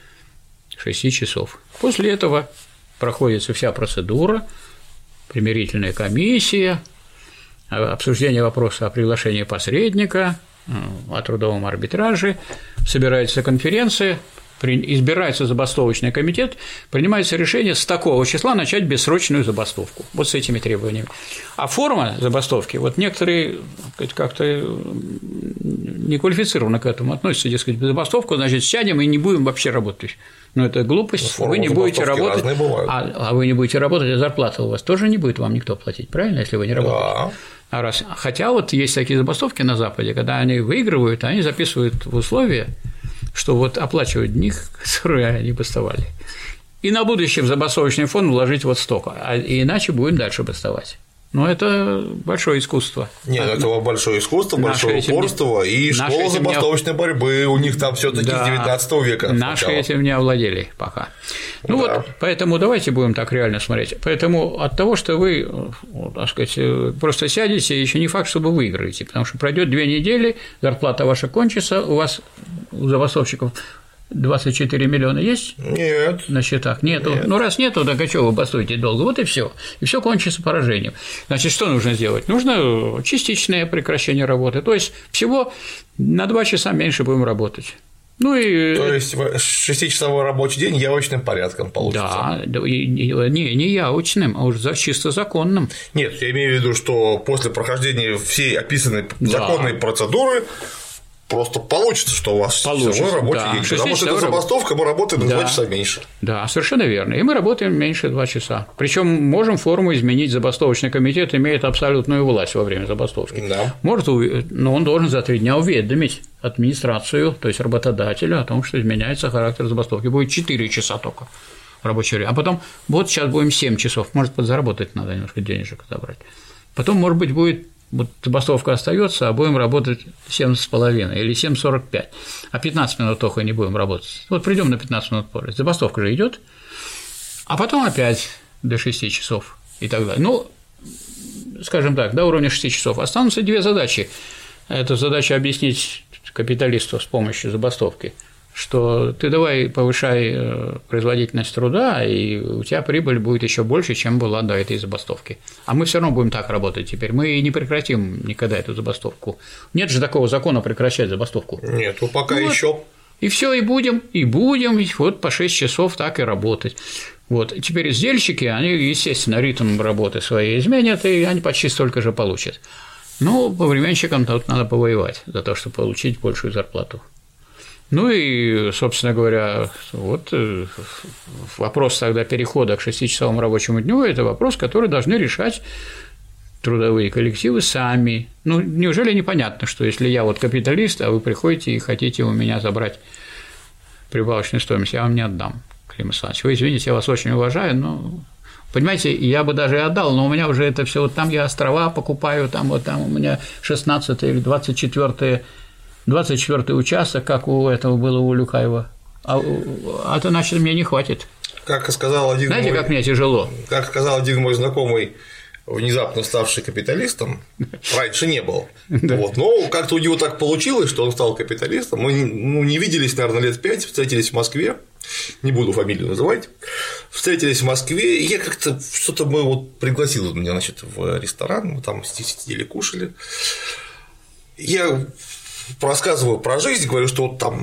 шести часов. После этого проходится вся процедура, примирительная комиссия, обсуждение вопроса о приглашении посредника, о трудовом арбитраже, собирается конференция, избирается забастовочный комитет, принимается решение с такого числа начать бессрочную забастовку, вот с этими требованиями. А форма забастовки, вот некоторые как-то неквалифицированно к этому относятся, дескать, забастовку, значит, сядем и не будем вообще работать. Но это глупость, вы не будете работать, а, а вы не будете работать, а зарплата у вас тоже не будет вам никто платить, правильно, если вы не работаете? Да. А раз... Хотя вот есть такие забастовки на Западе, когда они выигрывают, они записывают в условия, что вот оплачивать дни, которые они бастовали. И на будущее в забастовочный фонд вложить вот столько, а иначе будем дальше бастовать. Но это большое искусство. Нет, а, это большое искусство, большое упорство и школа забастовочной не... борьбы. У них там все-таки да, с девятнадцатого века. Наши сначала. Этим не овладели пока. Ну да. Вот, поэтому давайте будем так реально смотреть. Поэтому от того, что вы, так сказать, просто сядете, еще не факт, что вы выиграете, потому что пройдет две недели, зарплата ваша кончится, у вас у забастовщиков двадцать четыре миллиона есть? Нет. На счетах? Нету. Нет. Ну, раз нету, так а что вы бастуете долго? Вот и все. И все кончится поражением. Значит, что нужно сделать? Нужно частичное прекращение работы. То есть всего на два часа меньше будем работать. Ну и… То есть шестичасовой рабочий день явочным порядком получится? Да, не, не явочным, а уже чисто законным. Нет, я имею в виду, что после прохождения всей описанной да. законной процедуры просто получится, что у вас часовой рабочий да. день, потому что это забастовка, мы работаем на да. два часа меньше. Да, совершенно верно, и мы работаем меньше два часа. Причем можем форму изменить, забастовочный комитет имеет абсолютную власть во время забастовки. Да. Может, но он должен за три дня уведомить администрацию, то есть работодателя, о том, что изменяется характер забастовки. Будет четыре часа только рабочее время, а потом вот сейчас будем семь часов, может, подзаработать надо немножко денежек забрать. Потом, может быть, будет вот забастовка остается, а будем работать семь с половиной или семь сорок пять, а пятнадцать минут только не будем работать. Вот придем на пятнадцать минут позже. Забастовка же идет, а потом опять до шести часов и так далее. Ну, скажем так, до уровня шести часов останутся две задачи. Это задача объяснить капиталисту с помощью забастовки, что ты давай повышай производительность труда, и у тебя прибыль будет еще больше, чем была до этой забастовки. А мы все равно будем так работать теперь. Мы не прекратим никогда эту забастовку. Нет же такого закона прекращать забастовку. Нет, ну пока вот. Еще. И все, и будем, и будем, и вот по шесть часов так и работать. Вот. Теперь сдельщики, они, естественно, ритм работы своей изменят, и они почти столько же получат. Ну, по временщикам тут надо повоевать за то, чтобы получить большую зарплату. Ну и, собственно говоря, вот вопрос тогда перехода к шестичасовому рабочему дню – это вопрос, который должны решать трудовые коллективы сами. Ну, неужели непонятно, что если я вот капиталист, а вы приходите и хотите у меня забрать прибавочную стоимость, я вам не отдам, Клим Александрович. Вы извините, я вас очень уважаю, но… Понимаете, я бы даже и отдал, но у меня уже это все вот там я острова покупаю, там вот там у меня шестнадцатое или двадцать четвёртое двадцать четвёртый участок, как у этого было у Улюкаева, а, а то, значит, мне не хватит. Как сказал один Знаете, мой, как мне тяжело? Как сказал один мой знакомый, внезапно ставший капиталистом, раньше не был. Вот, но как-то у него так получилось, что он стал капиталистом. Мы ну, не виделись, наверное, лет пять, встретились в Москве, не буду фамилию называть, встретились в Москве, и я как-то что-то мы вот пригласил меня, значит, в ресторан, мы там сидели, кушали. Я рассказываю про жизнь, говорю, что вот там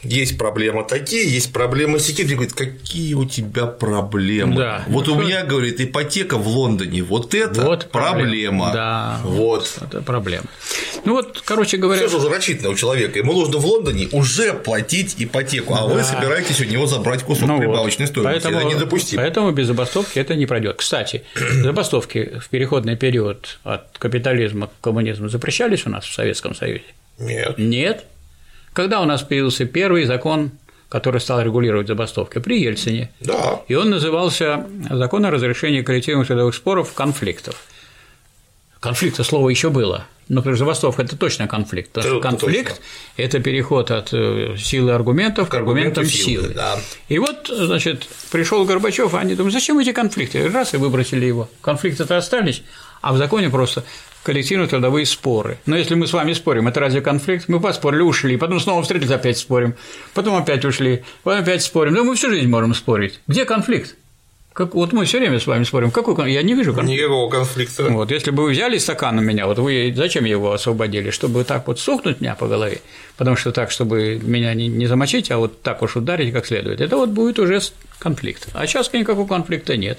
есть проблемы такие, есть проблемы сякие. Ты говоришь, какие у тебя проблемы? Да. Вот ну, у меня, говорит, ипотека в Лондоне, вот это вот проблема. проблема. Да, вот. Это проблема. Ну вот, короче говоря. Все же уже рассчитано у человека. Ему нужно в Лондоне уже платить ипотеку, а да. вы собираетесь у него забрать кусок ну прибавочной вот. стоимости. Поэтому, это недопустимо. Поэтому без забастовки это не пройдет. Кстати, забастовки в переходный период от капитализма к коммунизму запрещались у нас в Советском Союзе? Нет. Нет. Когда у нас появился первый закон, который стал регулировать забастовки? При Ельцине. Да. И он назывался «Закон о разрешении коллективных трудовых споров, конфликтов». Конфликта слово еще было, но забастовка – это точно конфликт, потому что конфликт точно. – это переход от силы аргументов к аргументам силы. силы. Да. И вот, значит, пришел Горбачев, а они думают, зачем эти конфликты? Раз и выбросили его. Конфликты-то остались, а в законе просто коллективные трудовые споры. Но если мы с вами спорим, это разве конфликт? Мы поспорили, ушли, потом снова встретились, опять спорим, потом опять ушли, потом опять спорим. Да мы всю жизнь можем спорить. Где конфликт? Как, вот мы все время с вами спорим, какой я не вижу конфликта. Никакого конфликта. Вот, если бы вы взяли стакан у меня, вот вы зачем его освободили? Чтобы так вот стукнуть меня по голове, потому что так, чтобы меня не, не замочить, а вот так уж ударить как следует, это вот будет уже конфликт. А сейчас никакого конфликта нет.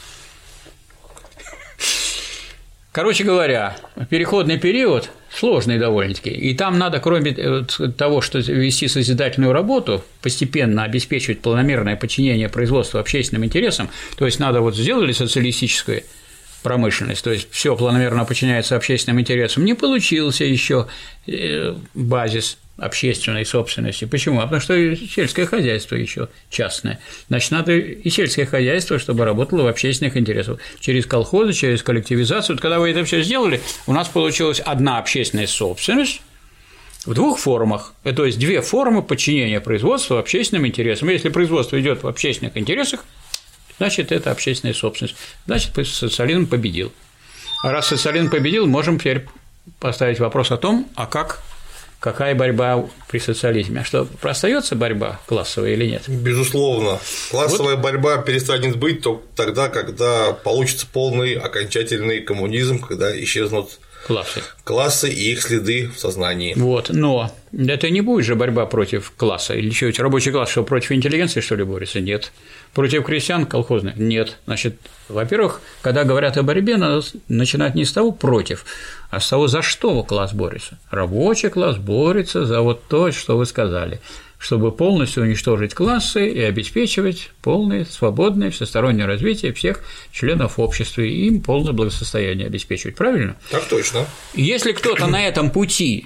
Короче говоря, переходный период сложный довольно-таки, и там надо, кроме того, что вести созидательную работу, постепенно обеспечивать планомерное подчинение производства общественным интересам, то есть надо вот сделали социалистическую промышленность, то есть все планомерно подчиняется общественным интересам, не получился еще базис общественной собственности. Почему? А потому что сельское хозяйство еще частное. Значит, надо и сельское хозяйство, чтобы работало в общественных интересах. Через колхозы, через коллективизацию. Вот когда вы это все сделали, у нас получилась одна общественная собственность в двух формах. То есть две формы подчинения производства общественным интересам. Если производство идет в общественных интересах, значит, это общественная собственность. Значит, социализм победил. А раз социализм победил, можем теперь поставить вопрос о том, а как какая борьба при социализме? А что, остается борьба классовая или нет? Безусловно. Классовая вот. борьба перестанет быть только тогда, когда получится полный окончательный коммунизм, когда исчезнут классы. классы и их следы в сознании. Вот, но это не будет же борьба против класса. Или что, рабочий класс что, против интеллигенции, что ли, борется? Нет. Против крестьян колхозных? Нет. Значит, во-первых, когда говорят о борьбе, надо начинать не с того против, а с того, за что класс борется. Рабочий класс борется за вот то, что вы сказали, чтобы полностью уничтожить классы и обеспечивать полное, свободное, всестороннее развитие всех членов общества и им полное благосостояние обеспечивать. Правильно? Так точно. Если кто-то на этом пути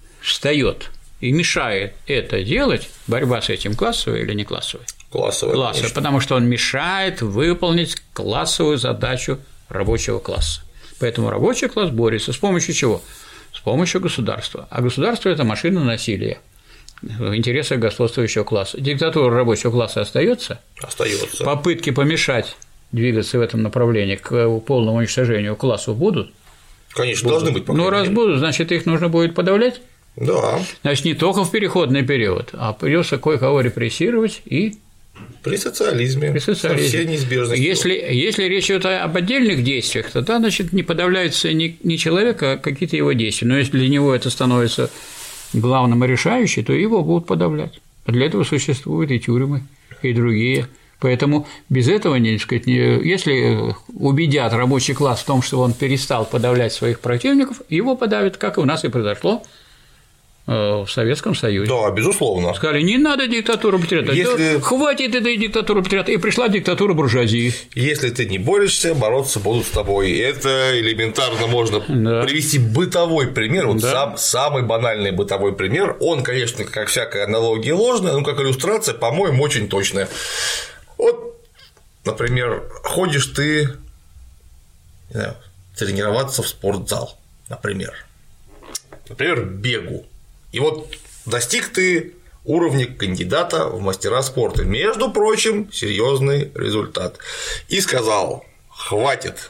встает и мешает это делать, борьба с этим классовая или не классовая? Классовая. Классовая, потому что он мешает выполнить классовую задачу рабочего класса. Поэтому рабочий класс борется с помощью чего? С помощью государства. А государство – это машина насилия в интересах господствующего класса. Диктатура рабочего класса остается? Остается. Попытки помешать двигаться в этом направлении к полному уничтожению классов будут? Конечно, будут. должны быть. Ну, раз будут, значит, их нужно будет подавлять? Да. Значит, не только в переходный период, а придется кое-кого репрессировать и. При социализме, При социализме. Со всей неизбежностью. Если, если речь идет об отдельных действиях, тогда, значит, не подавляется не, не человек, а какие-то его действия. Но если для него это становится главным и решающим, то его будут подавлять. А для этого существуют и тюрьмы, и другие. Поэтому без этого, не, сказать, не, если убедят рабочий класс в том, что он перестал подавлять своих противников, его подавят, как и у нас и произошло в Советском Союзе. Да, безусловно. Сказали, не надо диктатуру патриота, Если... хватит этой диктатуры патриота, и пришла диктатура буржуазии. Если ты не борешься, бороться будут с тобой. Это элементарно можно да. привести бытовой пример, вот да. сам, самый банальный бытовой пример. Он, конечно, как всякая аналогия ложная, но как иллюстрация, по-моему, очень точная. Вот, например, ходишь ты не знаю, тренироваться в спортзал, например, например, бегу. И вот достиг ты уровня кандидата в мастера спорта. Между прочим, серьезный результат. И сказал: хватит.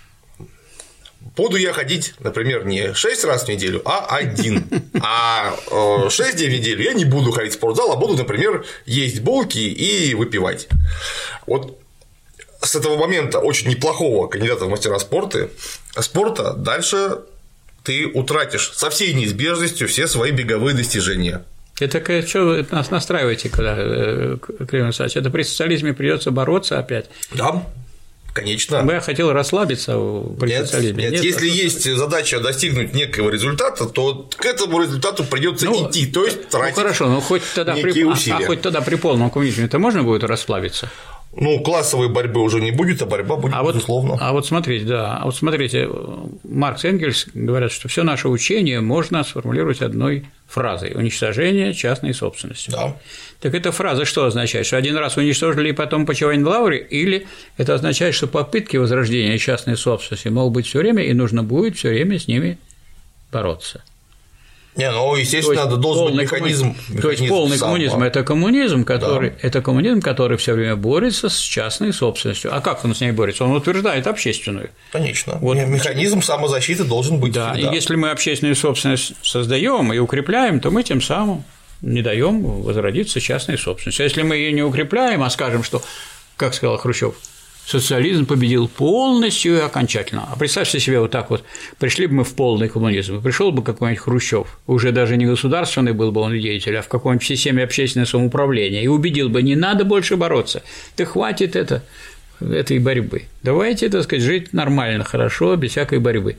Буду я ходить, например, не шесть раз в неделю, а один. А шесть дней в неделю я не буду ходить в спортзал, а буду, например, есть булки и выпивать. Вот с этого момента очень неплохого кандидата в мастера спорта, спорта дальше ты утратишь со всей неизбежностью все свои беговые достижения. Это что вы нас настраиваете, когда, Кирилл Александрович? Это при социализме придется бороться опять? Да. Конечно. Я хотел расслабиться при нет, социализме. Нет, нет, если есть задача достигнуть некого результата, то к этому результату придется ну, идти, то есть тратить ну, хорошо, ну хоть тогда при... усилия. А, а хоть тогда при полном коммунизме это можно будет расслабиться? Ну, классовой борьбы уже не будет, а борьба будет, а безусловно. Вот, а вот смотрите, да, а вот смотрите, Маркс и Энгельс говорят, что все наше учение можно сформулировать одной фразой – уничтожение частной собственности. Да. Так эта фраза что означает? Что один раз уничтожили и потом почивать в лавре, или это означает, что попытки возрождения частной собственности могут быть все время, и нужно будет все время с ними бороться? Не, ну, естественно, то должен быть механизм, механизм. То есть полный сам, коммунизм да. это коммунизм, который, да. это коммунизм, который все время борется с частной собственностью. А как он с ней борется? Он утверждает общественную. Конечно. Вот. Механизм самозащиты должен быть. Да, всегда. И если мы общественную собственность создаем и укрепляем, то мы тем самым не даем возродиться частной собственности. А если мы ее не укрепляем, а скажем, что, как сказал Хрущев, социализм победил полностью и окончательно. А представьте себе вот так вот, пришли бы мы в полный коммунизм, и пришел бы какой-нибудь Хрущев, уже даже не государственный был бы он деятель, а в какой-нибудь системе общественного самоуправления, и убедил бы, не надо больше бороться, да хватит это, этой борьбы, давайте, так сказать, жить нормально, хорошо, без всякой борьбы.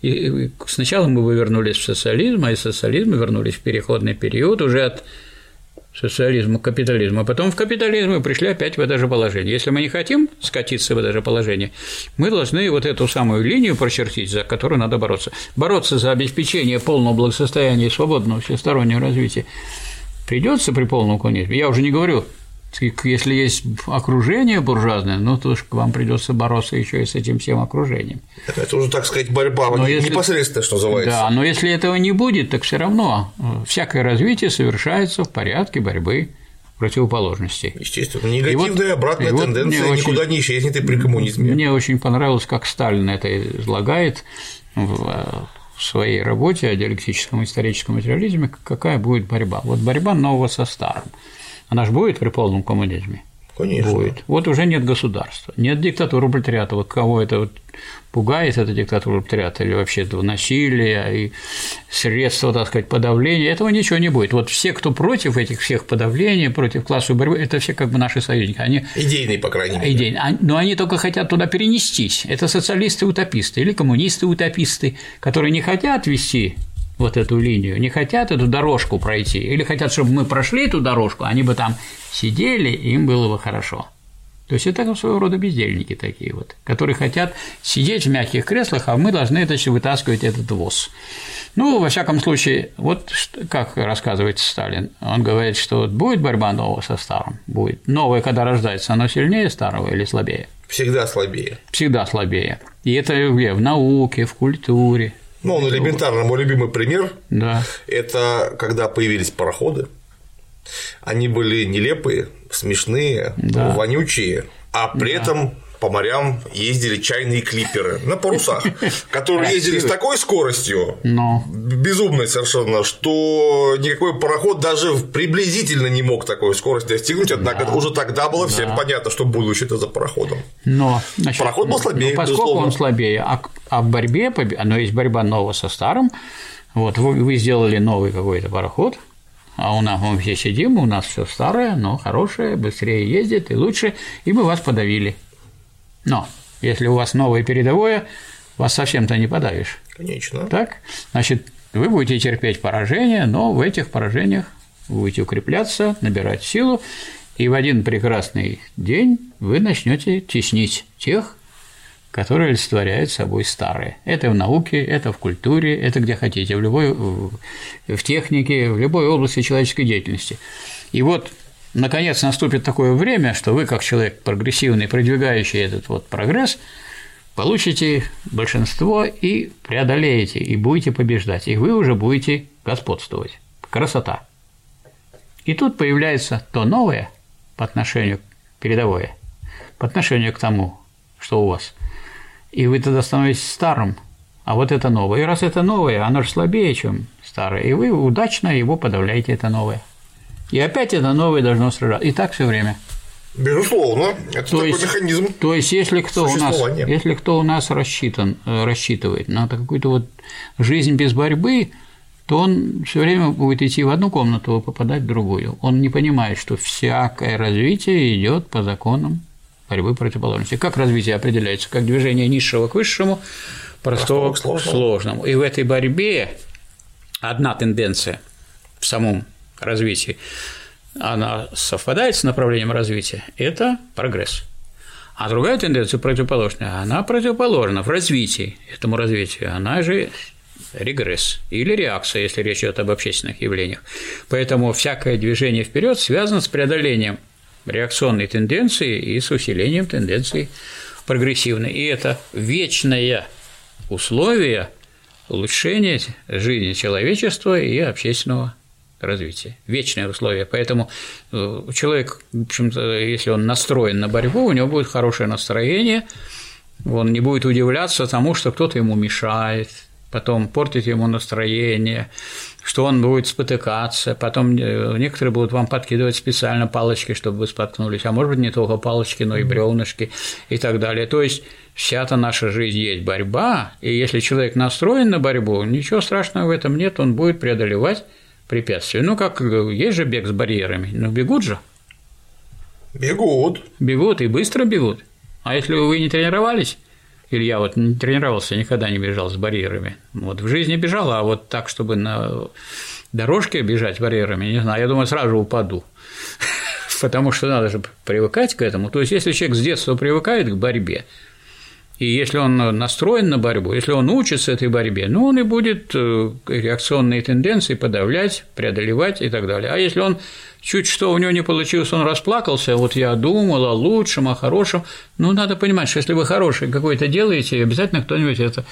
И сначала мы бы вернулись в социализм, а из социализма вернулись в переходный период уже от социализма к капитализму, а потом в капитализм мы пришли опять в это же положение. Если мы не хотим скатиться в это же положение, мы должны вот эту самую линию прочертить, за которую надо бороться. Бороться за обеспечение полного благосостояния и свободного всестороннего развития придется при полном коммунизме. Я уже не говорю, если есть окружение буржуазное, ну то к вам придется бороться еще и с этим всем окружением. Это уже, так сказать, борьба но непосредственно, если... что называется. Да, но если этого не будет, так все равно всякое развитие совершается в порядке борьбы противоположностей. Естественно, негативная вот, обратная тенденция вот никуда очень, не исчезнет и при коммунизме. Мне очень понравилось, как Сталин это излагает в своей работе о диалектическом историческом материализме, какая будет борьба. Вот борьба нового со старым. Она же будет при полном коммунизме? Конечно. Будет. Вот уже нет государства, нет диктатуры пролетариата. Вот кого это вот пугает, эта диктатура пролетариата, или вообще этого насилия и средства, так сказать, подавления, этого ничего не будет. Вот все, кто против этих всех подавлений, против классовой борьбы, это все как бы наши союзники. Они... Идейные, по крайней мере. Идейные. Но они только хотят туда перенестись. Это социалисты-утописты или коммунисты-утописты, которые не хотят вести вот эту линию, не хотят эту дорожку пройти, или хотят, чтобы мы прошли эту дорожку, они бы там сидели, и им было бы хорошо. То есть это своего рода бездельники такие вот, которые хотят сидеть в мягких креслах, а мы должны, значит, вытаскивать этот воз. Ну, во всяком случае, вот как рассказывает Сталин, он говорит, что будет борьба нового со старым, будет. Новое, когда рождается, оно сильнее старого или слабее? Всегда слабее. Всегда слабее. И это где? В науке, в культуре. Ну, он элементарно, мой любимый пример да. – это когда появились пароходы, они были нелепые, смешные, да. вонючие, а при да. этом по морям ездили чайные клиперы на парусах, которые ездили с такой скоростью, Но. безумной совершенно, что никакой пароход даже приблизительно не мог такой скорости достигнуть, однако да. уже тогда было всем да. понятно, что будущее-то за пароходом. Но, значит, пароход был слабее, ну, поскольку безусловно. он слабее, а, а в борьбе, но есть борьба нового со старым, вот вы, вы сделали новый какой-то пароход, а у нас мы все сидим, у нас все старое, но хорошее, быстрее ездит и лучше, и мы вас подавили. Но если у вас новое передовое, вас совсем-то не подавишь. Конечно. Так? Значит, вы будете терпеть поражение, но в этих поражениях вы будете укрепляться, набирать силу, и в один прекрасный день вы начнете теснить тех, которые олицетворяют собой старые. Это в науке, это в культуре, это где хотите, в любой в технике, в любой области человеческой деятельности. И вот наконец наступит такое время, что вы, как человек прогрессивный, продвигающий этот вот прогресс, получите большинство и преодолеете, и будете побеждать, и вы уже будете господствовать. Красота. И тут появляется то новое по отношению к передовое, по отношению к тому, что у вас. И вы тогда становитесь старым, а вот это новое. И раз это новое, оно же слабее, чем старое, и вы удачно его подавляете, это новое. И опять это новое должно сражаться. И так все время. Безусловно, это то такой есть, механизм. То есть, если кто у нас, если кто у нас рассчитан, рассчитывает на какую-то вот жизнь без борьбы, то он все время будет идти в одну комнату, а попадать в другую. Он не понимает, что всякое развитие идет по законам борьбы противоположностей. Как развитие определяется? Как движение низшего к высшему, простого к сложному. И в этой борьбе одна тенденция в самом развитии, она совпадает с направлением развития – это прогресс. А другая тенденция противоположная, она противоположна в развитии этому развитию, она же регресс или реакция, если речь идет об общественных явлениях. Поэтому всякое движение вперед связано с преодолением реакционной тенденции и с усилением тенденции прогрессивной. И это вечное условие улучшения жизни человечества и общественного развития. Вечное условие. Поэтому человек, в общем-то, если он настроен на борьбу, у него будет хорошее настроение, он не будет удивляться тому, что кто-то ему мешает, потом портит ему настроение, что он будет спотыкаться, потом некоторые будут вам подкидывать специально палочки, чтобы вы споткнулись, а может быть, не только палочки, но и бревнышки и так далее. То есть вся-то наша жизнь есть борьба, и если человек настроен на борьбу, ничего страшного в этом нет, он будет преодолевать препятствия. Ну, как есть же бег с барьерами, ну, бегут же. Бегут. Бегут и быстро бегут. А если вы не тренировались, или я вот не тренировался, никогда не бежал с барьерами, вот в жизни бежал, а вот так, чтобы на дорожке бежать с барьерами, не знаю, я думаю, сразу же упаду, потому что надо же привыкать к этому. То есть, если человек с детства привыкает к борьбе, и если он настроен на борьбу, если он учится этой борьбе, ну, он и будет реакционные тенденции подавлять, преодолевать и так далее. А если он чуть что у него не получилось, он расплакался, вот я думал о лучшем, о хорошем, ну, надо понимать, что если вы хорошее какое-то делаете, обязательно кто-нибудь это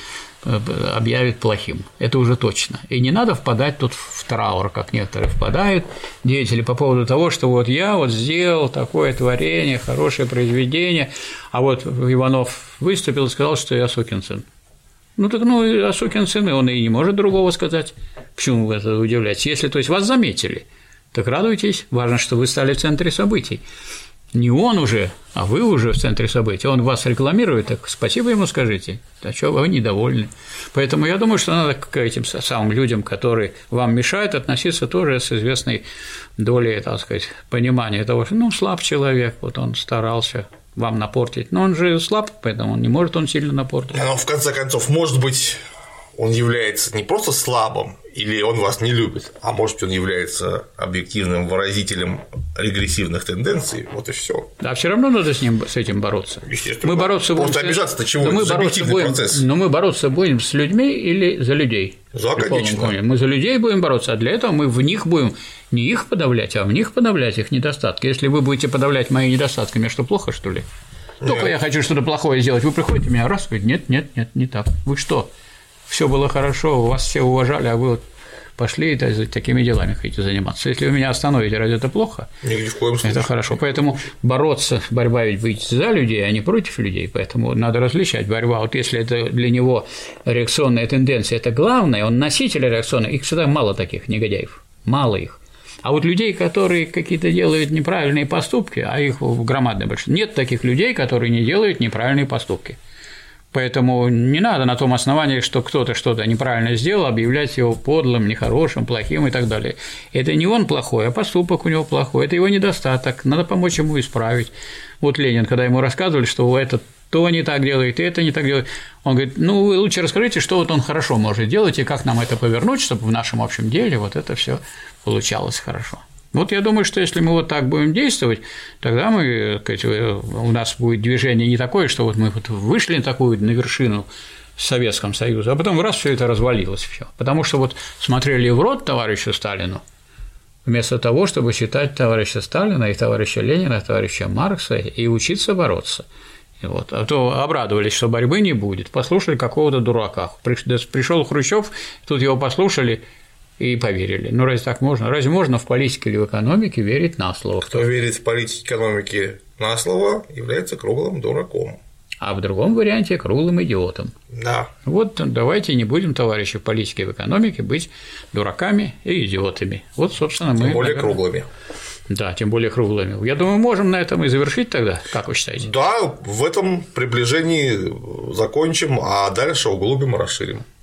объявит плохим, это уже точно. И не надо впадать тут в траур, как некоторые впадают деятели по поводу того, что вот я вот сделал такое творение, хорошее произведение, а вот Иванов выступил и сказал, что я сукин сын. Ну так, ну, а сукин сын, и он и не может другого сказать. Почему вы это удивляетесь? Если, то есть, вас заметили, так радуйтесь, важно, что вы стали в центре событий. Не он уже, а вы уже в центре событий. Он вас рекламирует, так спасибо ему скажите, а что вы недовольны. Поэтому я думаю, что надо к этим самым людям, которые вам мешают, относиться тоже с известной долей, так сказать, понимания того, что, ну, слаб человек, вот он старался вам напортить, но он же слаб, поэтому он не может он сильно напортить. Но в конце концов, может быть, он является не просто слабым, или он вас не любит, а может быть, он является объективным выразителем регрессивных тенденций, вот и все. Да, все равно надо с ним, с этим бороться. Естественно. Мы бороться просто будем обижаться-то чего? Но это же объективный будем, процесс. Но мы бороться будем с людьми или за людей? За, конечно. Мы за людей будем бороться, а для этого мы в них будем не их подавлять, а в них подавлять их недостатки. Если вы будете подавлять мои недостатки, мне что, плохо, что ли? Только нет. Я хочу что-то плохое сделать, вы приходите меня раз, говорите, нет, нет, нет, не так. Вы что? Все было хорошо, вас все уважали, а вы вот пошли и такими делами хотите заниматься. Если вы меня остановите, разве это плохо? Ни в коем случае. Это хорошо. Поэтому бороться, борьба ведь быть за людей, а не против людей. Поэтому надо различать борьба. Вот если это для него реакционная тенденция – это главное, он носитель реакционной, их всегда мало таких негодяев, мало их. А вот людей, которые какие-то делают неправильные поступки, а их громадное большинство, нет таких людей, которые не делают неправильные поступки. Поэтому не надо на том основании, что кто-то что-то неправильно сделал, объявлять его подлым, нехорошим, плохим и так далее. Это не он плохой, а поступок у него плохой, это его недостаток, надо помочь ему исправить. Вот Ленин, когда ему рассказывали, что этот то не так делает, и это не так делает, он говорит, ну, вы лучше расскажите, что вот он хорошо может делать, и как нам это повернуть, чтобы в нашем общем деле вот это все получалось хорошо. Вот я думаю, что если мы вот так будем действовать, тогда мы, сказать, у нас будет движение не такое, что вот мы вот вышли на такую на вершину Советского Союза, а потом раз все это развалилось все. Потому что вот смотрели в рот товарищу Сталину, вместо того, чтобы читать товарища Сталина и товарища Ленина, и товарища Маркса и учиться бороться. И вот. А то обрадовались, что борьбы не будет, послушали какого-то дурака. Пришел Хрущев, тут его послушали и поверили. Ну, разве так можно? Разве можно в политике или в экономике верить на слово? Кто верит в политике и экономике на слово, является круглым дураком. А в другом варианте – круглым идиотом. Да. Вот давайте не будем, товарищи, в политике и в экономике быть дураками и идиотами. Вот, собственно, мы… Тем более наверное… круглыми. Да, тем более круглыми. Я думаю, можем на этом и завершить тогда, как вы считаете? Да, в этом приближении закончим, а дальше углубим и расширим.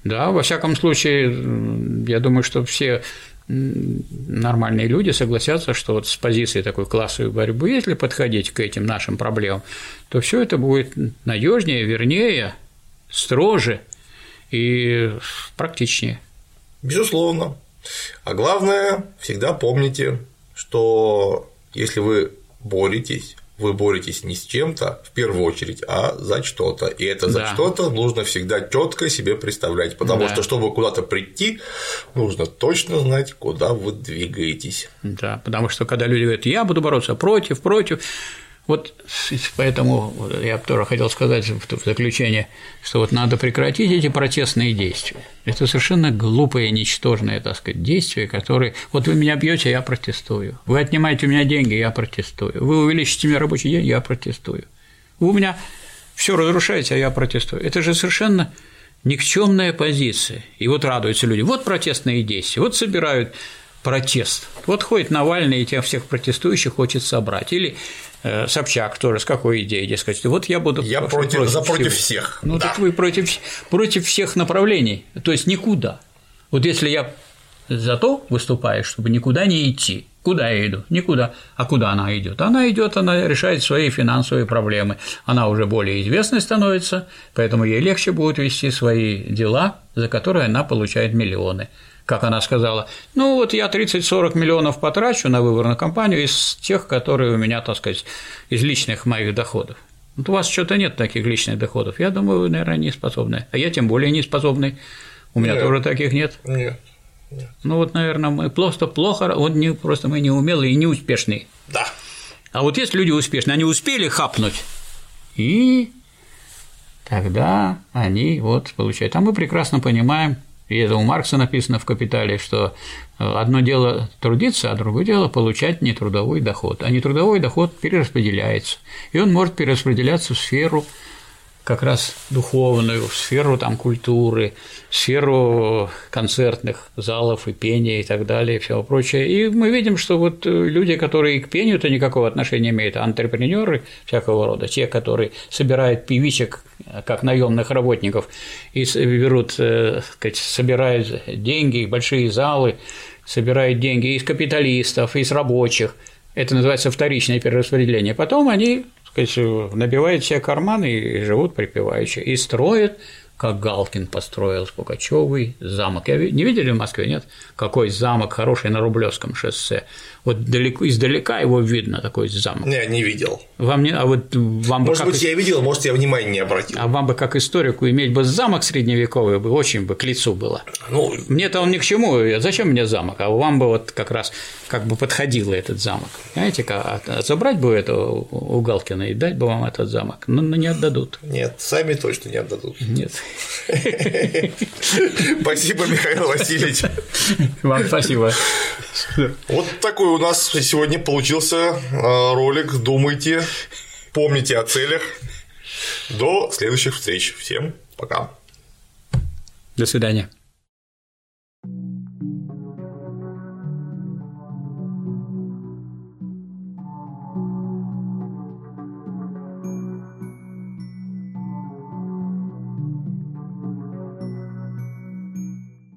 Да, во всяком случае, я думаю, что все нормальные люди согласятся, что вот с позиции такой классовой борьбы, если подходить к этим нашим проблемам, то все это будет надежнее, вернее, строже и практичнее. Безусловно. А главное, всегда помните, что если вы боретесь, вы боретесь не с чем-то в первую очередь, а за что-то. И это за да. что-то нужно всегда четко себе представлять, потому да. что, чтобы куда-то прийти, нужно точно знать, куда вы двигаетесь. Да, потому что когда люди говорят, я буду бороться против, против, вот поэтому я тоже хотел сказать в заключение, что вот надо прекратить эти протестные действия. Это совершенно глупые, ничтожные, так сказать, действия, которые… Вот вы меня бьете, я протестую. Вы отнимаете у меня деньги, я протестую. Вы увеличите мне рабочий день, я протестую. Вы у меня все разрушаете, а я протестую. Это же совершенно никчемная позиция. И вот радуются люди. Вот протестные действия, вот собирают протест. Вот ходит Навальный и тех всех протестующих хочет собрать. Или Собчак тоже с какой идеей, дескать, вот я буду я против, против за против всех. всех. Ну, да. Так вы против, против всех направлений, то есть никуда. Вот если я за то выступаю, чтобы никуда не идти, куда я иду? Никуда. А куда она идет? Она идет, она решает свои финансовые проблемы. Она уже более известной становится, поэтому ей легче будет вести свои дела, за которые она получает миллионы. Как она сказала, ну вот я тридцать-сорок миллионов потрачу на выборную кампанию из тех, которые у меня, так сказать, из личных моих доходов. Вот у вас что-то нет таких личных доходов, я думаю, вы, наверное, не способны, а я тем более не способный, у меня нет. тоже таких нет. Нет, нет. Ну вот, наверное, мы просто плохо, вот не, просто мы не умелые и не успешные. Да. А вот есть люди успешные, они успели хапнуть, и тогда они вот получают. А мы прекрасно понимаем, и это у Маркса написано в «Капитале», что одно дело трудиться, а другое дело получать нетрудовой доход. А нетрудовой доход перераспределяется, и он может перераспределяться в сферу как раз духовную, в сферу там, культуры, в сферу концертных залов и пения и так далее, и всего прочее. И мы видим, что вот люди, которые к пению-то никакого отношения имеют, а антрепренеры всякого рода, те, которые собирают певичек как наемных работников и берут, так сказать, собирают деньги, большие залы, собирают деньги из капиталистов, из рабочих. Это называется вторичное перераспределение. Потом они, так сказать, набивают себе карманы и живут припеваючи, и строят, как Галкин построил с Пугачёвой замок. Я не видели в Москве, нет? Какой замок хороший на Рублёвском шоссе. Вот далеко, издалека его видно, такой замок. Не, не видел. Вам не, а вот вам может бы быть, как... я видел, может, я внимания не обратил. А вам бы, как историку, иметь бы замок средневековый, бы очень бы к лицу было. Ну, мне-то он ни к чему, зачем мне замок, а вам бы вот как раз как бы подходил этот замок. Понимаете, а забрать бы это у Галкина и дать бы вам этот замок, но не отдадут. Нет, сами точно не отдадут. Нет. Спасибо, Михаил Васильевич. Вам спасибо. Вот такой у нас сегодня получился ролик. Думайте, помните о целях. До следующих встреч. Всем пока. До свидания.